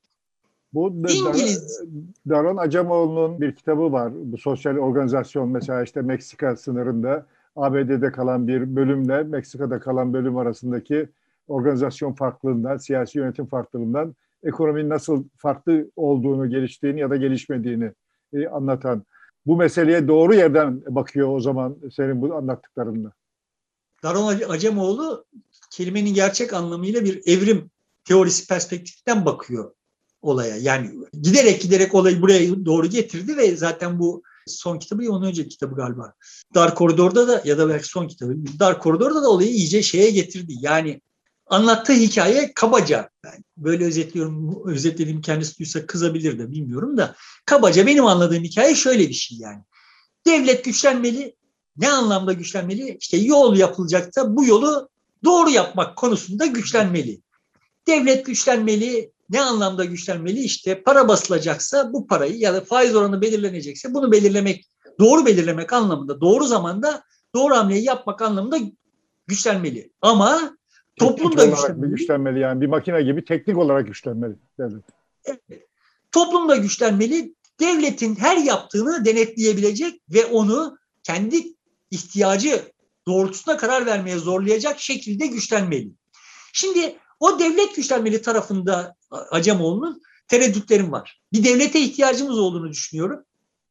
Bu İngiliz Daron Acemoğlu'nun bir kitabı var. Bu sosyal organizasyon, mesela işte Meksika sınırında A B D'de kalan bir bölümle Meksika'da kalan bölüm arasındaki organizasyon farklılığından, siyasi yönetim farklılığından ekonominin nasıl farklı olduğunu, geliştiğini ya da gelişmediğini e, anlatan, bu meseleye doğru yerden bakıyor o zaman senin bu anlattıklarında. Daron Acemoğlu kelimenin gerçek anlamıyla bir evrim teorisi perspektifinden bakıyor olaya. Yani giderek giderek olayı buraya doğru getirdi ve zaten bu son kitabı, ondan önceki kitabı galiba, Dar Koridor'da da, ya da belki son kitabı, Dar Koridor'da da olayı iyice şeye getirdi. Yani anlattığı hikaye kabaca, ben böyle özetliyorum, özetlediğim kendisi duysa kızabilir de bilmiyorum da, kabaca benim anladığım hikaye şöyle bir şey yani. Devlet güçlenmeli. Ne anlamda güçlenmeli? İşte yol yapılacaksa bu yolu doğru yapmak konusunda güçlenmeli. Devlet güçlenmeli. Ne anlamda güçlenmeli? İşte para basılacaksa bu parayı, ya da faiz oranı belirlenecekse bunu belirlemek, doğru belirlemek anlamında, doğru zamanda doğru hamleyi yapmak anlamında güçlenmeli. Ama toplum da güçlenmeli. güçlenmeli. Yani bir makine gibi teknik olarak güçlenmeli. Evet. Evet. Toplum da güçlenmeli. Devletin her yaptığını denetleyebilecek ve onu kendi ihtiyacı doğrultusunda karar vermeye zorlayacak şekilde güçlenmeli. Şimdi o devlet güçlenmeli tarafında Acemoğlu'nun tereddütlerim var. Bir devlete ihtiyacımız olduğunu düşünüyorum.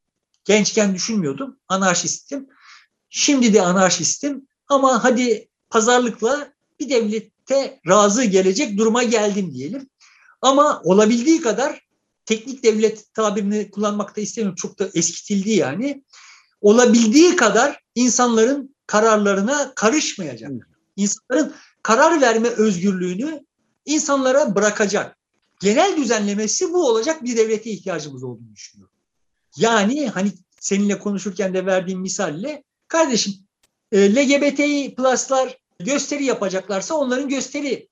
Gençken düşünmüyordum. Anarşistim. Şimdi de anarşistim. Ama hadi pazarlıkla bir devlete razı gelecek duruma geldim diyelim. Ama olabildiği kadar, teknik devlet tabirini kullanmak da istemiyorum, çok da eskitildi yani, olabildiği kadar insanların kararlarına karışmayacak. İnsanların karar verme özgürlüğünü insanlara bırakacak. Genel düzenlemesi bu olacak bir devlete ihtiyacımız olduğunu düşünüyorum. Yani hani seninle konuşurken de verdiğim misalle, kardeşim L G B T İ plus'lar gösteri yapacaklarsa onların gösteri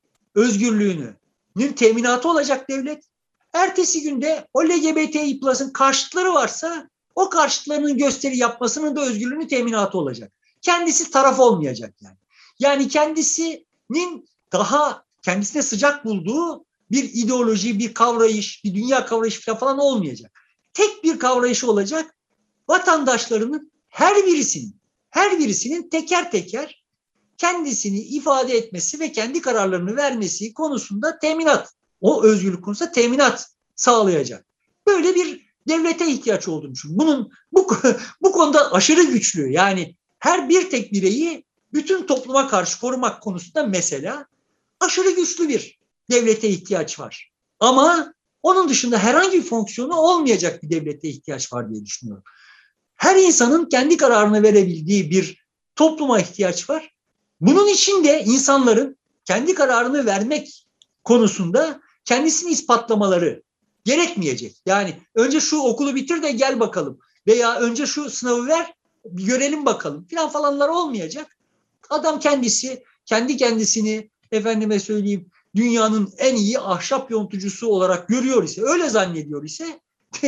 özgürlüğünün teminatı olacak devlet. Ertesi günde o L G B T İ plus'ın karşıtları varsa o karşıtlarının gösteri yapmasının da özgürlüğünün teminatı olacak. Kendisi taraf olmayacak yani. Yani kendisinin daha kendisine sıcak bulduğu bir ideoloji, bir kavrayış, bir dünya kavrayışı falan olmayacak. Tek bir kavrayışı olacak. Vatandaşlarının her birisinin, her birisinin teker teker kendisini ifade etmesi ve kendi kararlarını vermesi konusunda teminat, o özgürlük konusunda teminat sağlayacak. Böyle bir devlete ihtiyaç olduğunu düşünüyorum. Bunun bu, bu konuda aşırı güçlü. Yani her bir tek bireyi bütün topluma karşı korumak konusunda mesela aşırı güçlü bir devlete ihtiyaç var. Ama onun dışında herhangi bir fonksiyonu olmayacak bir devlete ihtiyaç var diye düşünüyorum. Her insanın kendi kararını verebildiği bir topluma ihtiyaç var. Bunun için de insanların kendi kararını vermek konusunda kendisini ispatlamaları gerekmeyecek. Yani önce şu okulu bitir de gel bakalım, veya önce şu sınavı ver, bir görelim bakalım falan falanlar olmayacak. Adam kendisi, kendi kendisini efendime söyleyeyim dünyanın en iyi ahşap yontucusu olarak görüyor ise, öyle zannediyor ise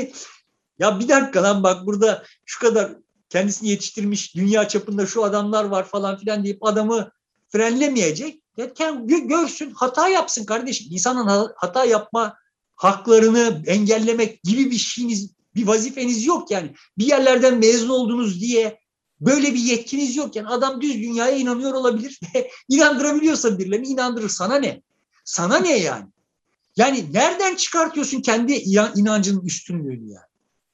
ya bir dakika lan bak burada şu kadar kendisini yetiştirmiş dünya çapında şu adamlar var falan filan deyip adamı frenlemeyecek. Yani görsün, hata yapsın kardeşim. İnsanın hata yapma haklarını engellemek gibi bir şeyiniz, bir vazifeniz yok yani. Bir yerlerden mezun oldunuz diye böyle bir yetkiniz yok. Yani adam düz dünyaya inanıyor olabilir. İnandırabiliyorsa birilerini inandırır. Sana ne? Sana ne yani? Yani nereden çıkartıyorsun kendi inancının üstünlüğünü yani?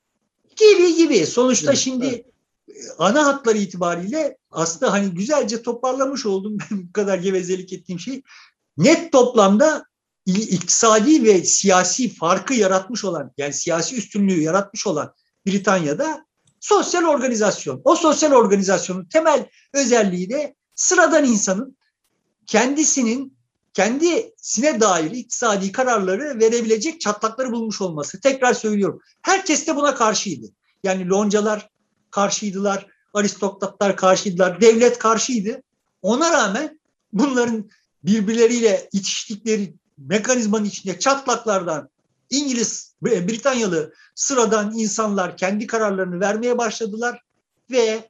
Gibi gibi. Sonuçta evet, şimdi evet. Ana hatları itibariyle aslında hani güzelce toparlamış oldum ben bu kadar gevezelik ettiğim şey. Net toplamda iktisadi ve siyasi farkı yaratmış olan, yani siyasi üstünlüğü yaratmış olan Britanya'da sosyal organizasyon. O sosyal organizasyonun temel özelliği de sıradan insanın kendisinin kendisine dair iktisadi kararları verebilecek çatlakları bulmuş olması. Tekrar söylüyorum. Herkes de buna karşıydı. Yani loncalar karşıydılar, aristokratlar karşıydılar, devlet karşıydı. Ona rağmen bunların birbirleriyle itiştikleri mekanizmanın içinde çatlaklardan İngiliz, Britanyalı sıradan insanlar kendi kararlarını vermeye başladılar ve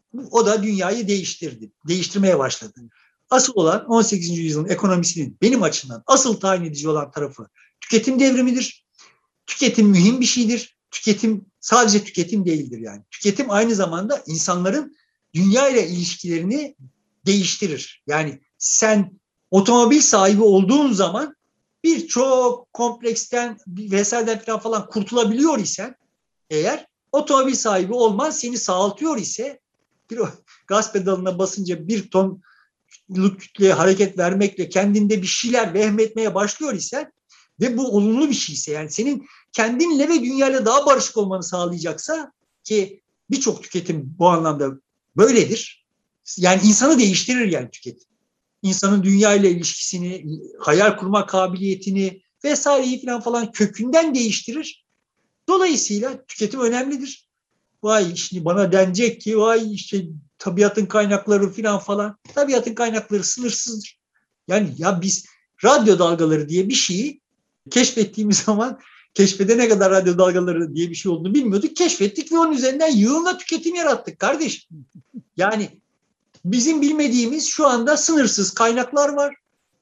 o da dünyayı değiştirdi, değiştirmeye başladı. Asıl olan on sekizinci yüzyılın ekonomisinin benim açımdan asıl tayin edici olan tarafı tüketim devrimidir. Tüketim mühim bir şeydir. Tüketim sadece tüketim değildir yani. Tüketim aynı zamanda insanların dünya ile ilişkilerini değiştirir. Yani sen otomobil sahibi olduğun zaman birçok kompleksten vesaireden falan, falan kurtulabiliyor isen eğer otomobil sahibi olman seni sağaltıyor ise bir gaz pedalına basınca bir tonluk kütleye hareket vermekle kendinde bir şeyler vehmetmeye başlıyor isen ve bu olumlu bir şeyse yani senin kendinle ve dünyayla daha barışık olmanı sağlayacaksa ki birçok tüketim bu anlamda böyledir. Yani insanı değiştirir yani tüketim. İnsanın dünya ile ilişkisini, hayal kurma kabiliyetini vesaireyi falan falan kökünden değiştirir. Dolayısıyla tüketim önemlidir. Vay şimdi bana denecek ki vay işte tabiatın kaynakları falan falan. Tabiatın kaynakları sınırsızdır. Yani ya biz radyo dalgaları diye bir şeyi keşfettiğimiz zaman keşfedene kadar radyo dalgaları diye bir şey olduğunu bilmiyorduk. Keşfettik ve onun üzerinden yığınla tüketim yarattık kardeşim. Yani bizim bilmediğimiz şu anda sınırsız kaynaklar var.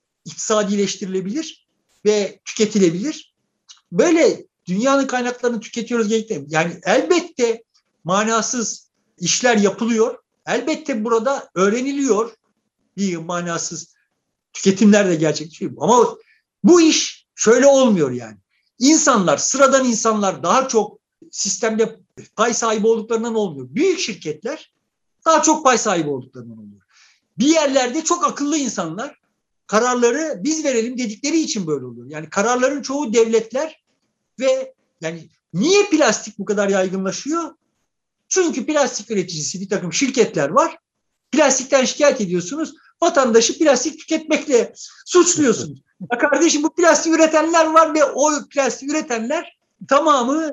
İktisadileştirilebilir ve tüketilebilir. Böyle dünyanın kaynaklarını tüketiyoruz gerekli. Yani elbette manasız işler yapılıyor. Elbette burada öğreniliyor. Bir manasız tüketimler de gerçekleşiyor. Ama bu iş şöyle olmuyor yani. İnsanlar, sıradan insanlar daha çok sistemde pay sahibi olduklarından olmuyor. Büyük şirketler daha çok pay sahibi olduklarından oluyor. Bir yerlerde çok akıllı insanlar kararları biz verelim dedikleri için böyle oluyor. Yani kararların çoğu devletler ve yani niye plastik bu kadar yaygınlaşıyor? Çünkü plastik üreticisi bir takım şirketler var. Plastikten şikayet ediyorsunuz. Vatandaşı plastik tüketmekle suçluyorsunuz. Ya kardeşim bu plastik üretenler var ve o plastik üretenler tamamı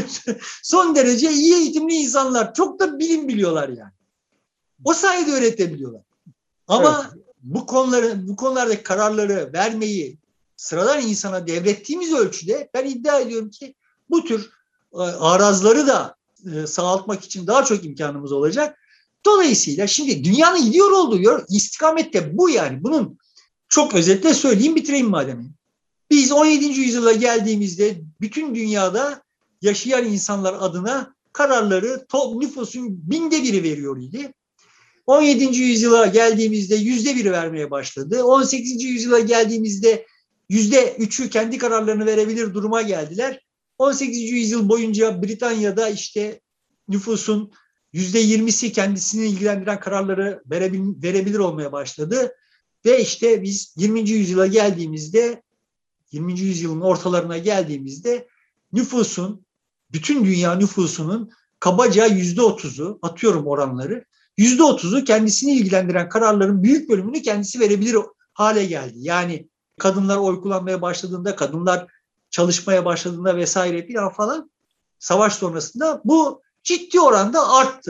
son derece iyi eğitimli insanlar. Çok da bilim biliyorlar yani. O sayede öğretebiliyorlar. Ama evet. bu konuları, bu konulardaki kararları vermeyi sıradan insana devrettiğimiz ölçüde ben iddia ediyorum ki bu tür arazları da sağaltmak için daha çok imkanımız olacak. Dolayısıyla şimdi dünyanın gidiyor olduğu istikamette bu yani. Bunun çok özetle söyleyeyim bitireyim madem. Biz on yedinci yüzyıla geldiğimizde bütün dünyada yaşayan insanlar adına kararları nüfusun binde biri veriyor idi. on yedinci yüzyıla geldiğimizde yüzde biri vermeye başladı. on sekizinci yüzyıla geldiğimizde yüzde üçü kendi kararlarını verebilir duruma geldiler. on sekizinci yüzyıl boyunca Britanya'da işte nüfusun yüzde yirmisi kendisini ilgilendiren kararları verebil- verebilir olmaya başladı. Ve işte biz yirminci yüzyıla geldiğimizde, yirminci yüzyılın ortalarına geldiğimizde nüfusun, bütün dünya nüfusunun kabaca yüzde otuzu, atıyorum oranları, yüzde otuzu kendisini ilgilendiren kararların büyük bölümünü kendisi verebilir hale geldi. Yani kadınlar oy kullanmaya başladığında, kadınlar çalışmaya başladığında vesaire falan falan savaş sonrasında bu ciddi oranda arttı.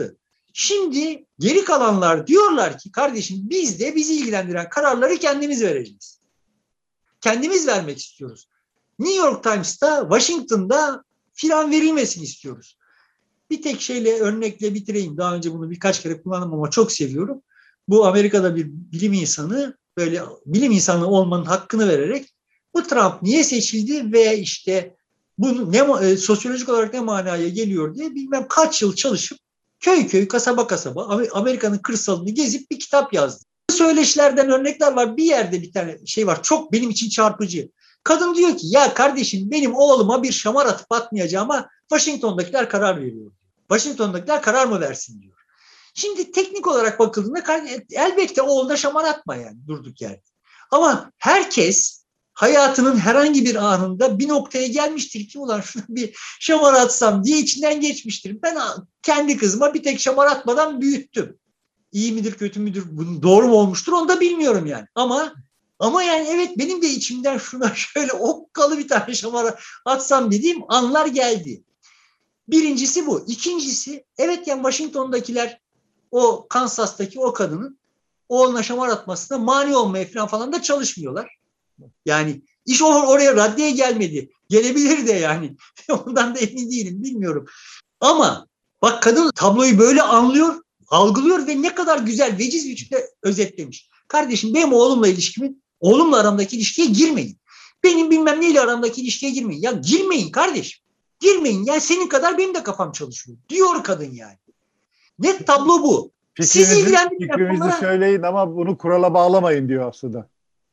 Şimdi geri kalanlar diyorlar ki kardeşim biz de bizi ilgilendiren kararları kendimiz vereceğiz. Kendimiz vermek istiyoruz. New York Times'ta, Washington'da filan verilmesini istiyoruz. Bir tek şeyle, örnekle bitireyim. Daha önce bunu birkaç kere kullandım ama çok seviyorum. Bu Amerika'da bir bilim insanı, böyle bilim insanı olmanın hakkını vererek bu Trump niye seçildi ve işte bu ne, sosyolojik olarak ne manaya geliyor diye bilmem kaç yıl çalışıp köy köy, kasaba kasaba Amerika'nın kırsalını gezip bir kitap yazdı. Söyleşilerden örnekler var. Bir yerde bir tane şey var. Çok benim için çarpıcı. Kadın diyor ki ya kardeşim benim oğluma bir şamar atıp atmayacağıma Washington'dakiler karar veriyor. Washington'dakiler karar mı versin diyor. Şimdi teknik olarak bakıldığında elbette oğluna şamar atma yani durduk yerde. Ama herkes hayatının herhangi bir anında bir noktaya gelmiştir ki ulan şuna bir şamar atsam diye içinden geçmiştir. Ben kendi kızıma bir tek şamar atmadan büyüttüm. İyi midir kötü müdür bunun doğru mu olmuştur onu da bilmiyorum yani. Ama ama yani evet benim de içimden şuna şöyle okkalı bir tane şamar atsam dediğim anlar geldi. Birincisi bu. İkincisi evet yani Washington'dakiler o Kansas'taki o kadının oğluna şamar atmasına mani olmaya falan falan da çalışmıyorlar. Yani iş or- oraya raddeye gelmedi. Gelebilir de yani. Ondan da emin değilim bilmiyorum. Ama bak kadın tabloyu böyle anlıyor, algılıyor ve ne kadar güzel veciz biçimde özetlemiş. Kardeşim benim oğlumla ilişkimi, oğlumla aramdaki ilişkiye girmeyin. Benim bilmem neyle aramdaki ilişkiye girmeyin. Ya girmeyin kardeşim. Girmeyin. Yani senin kadar benim de kafam çalışıyor. Diyor kadın yani. Net tablo bu. Fikrinizi, Sizi fikrinizi bunlara... söyleyin ama bunu kurala bağlamayın diyor aslında.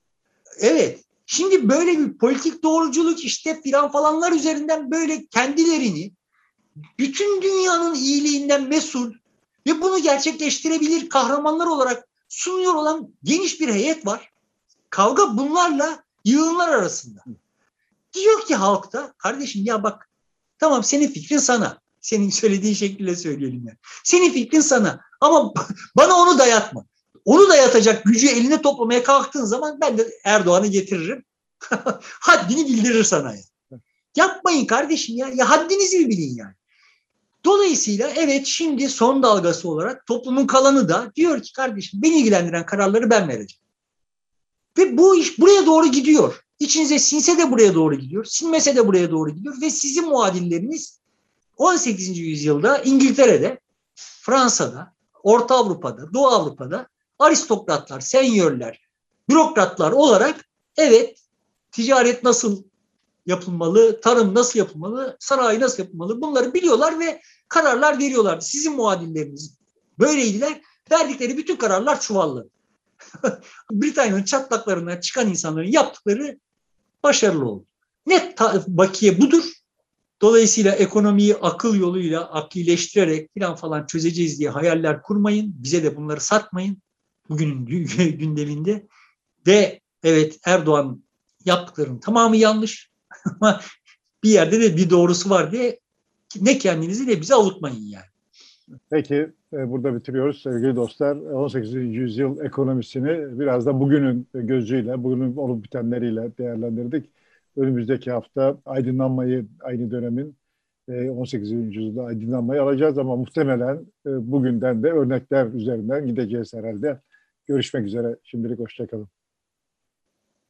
Evet. Şimdi böyle bir politik doğruculuk işte filan falanlar üzerinden böyle kendilerini bütün dünyanın iyiliğinden mesul ve bunu gerçekleştirebilir kahramanlar olarak sunuyor olan geniş bir heyet var. Kavga bunlarla yığınlar arasında. Diyor ki halkta kardeşim ya bak tamam senin fikrin sana. Senin söylediğin şekilde söyleyelim yani. Senin fikrin sana ama bana onu dayatma. Onu dayatacak gücü eline toplamaya kalktığın zaman ben de Erdoğan'ı getiririm. Haddini bildirir sana ya. Yapmayın kardeşim ya. Ya haddinizi bir bilin yani. Dolayısıyla evet şimdi son dalgası olarak toplumun kalanı da diyor ki kardeşim beni ilgilendiren kararları ben vereceğim. Ve bu iş buraya doğru gidiyor. İçinize sinse de buraya doğru gidiyor. Sinmese de buraya doğru gidiyor. Ve sizin muadilleriniz on sekizinci yüzyılda İngiltere'de, Fransa'da, Orta Avrupa'da, Doğu Avrupa'da aristokratlar, senyörler, bürokratlar olarak evet ticaret nasıl yapılmalı, tarım nasıl yapılmalı, sanayi nasıl yapılmalı bunları biliyorlar ve kararlar veriyorlardı. Sizin muadilleriniz böyleydiler. Verdikleri bütün kararlar çuvalladı. Britanya'nın çatlaklarından çıkan insanların yaptıkları başarılı oldu. Net bakiye budur. Dolayısıyla ekonomiyi akıl yoluyla aklileştirerek falan falan çözeceğiz diye hayaller kurmayın. Bize de bunları satmayın bugünün gündeminde. Ve evet Erdoğan yaptıklarının tamamı yanlış. Ama bir yerde de bir doğrusu var diye ne kendinizi ne bizi avutmayın yani. Peki burada bitiriyoruz sevgili dostlar. on sekizinci yüzyıl ekonomisini biraz da bugünün gözüyle, bugünün olup bitenleriyle değerlendirdik. Önümüzdeki hafta aydınlanmayı, aynı dönemin on sekizinci yüzyılda aydınlanmayı alacağız ama muhtemelen bugünden de örnekler üzerinden gideceğiz herhalde. Görüşmek üzere. Şimdilik hoşça kalın.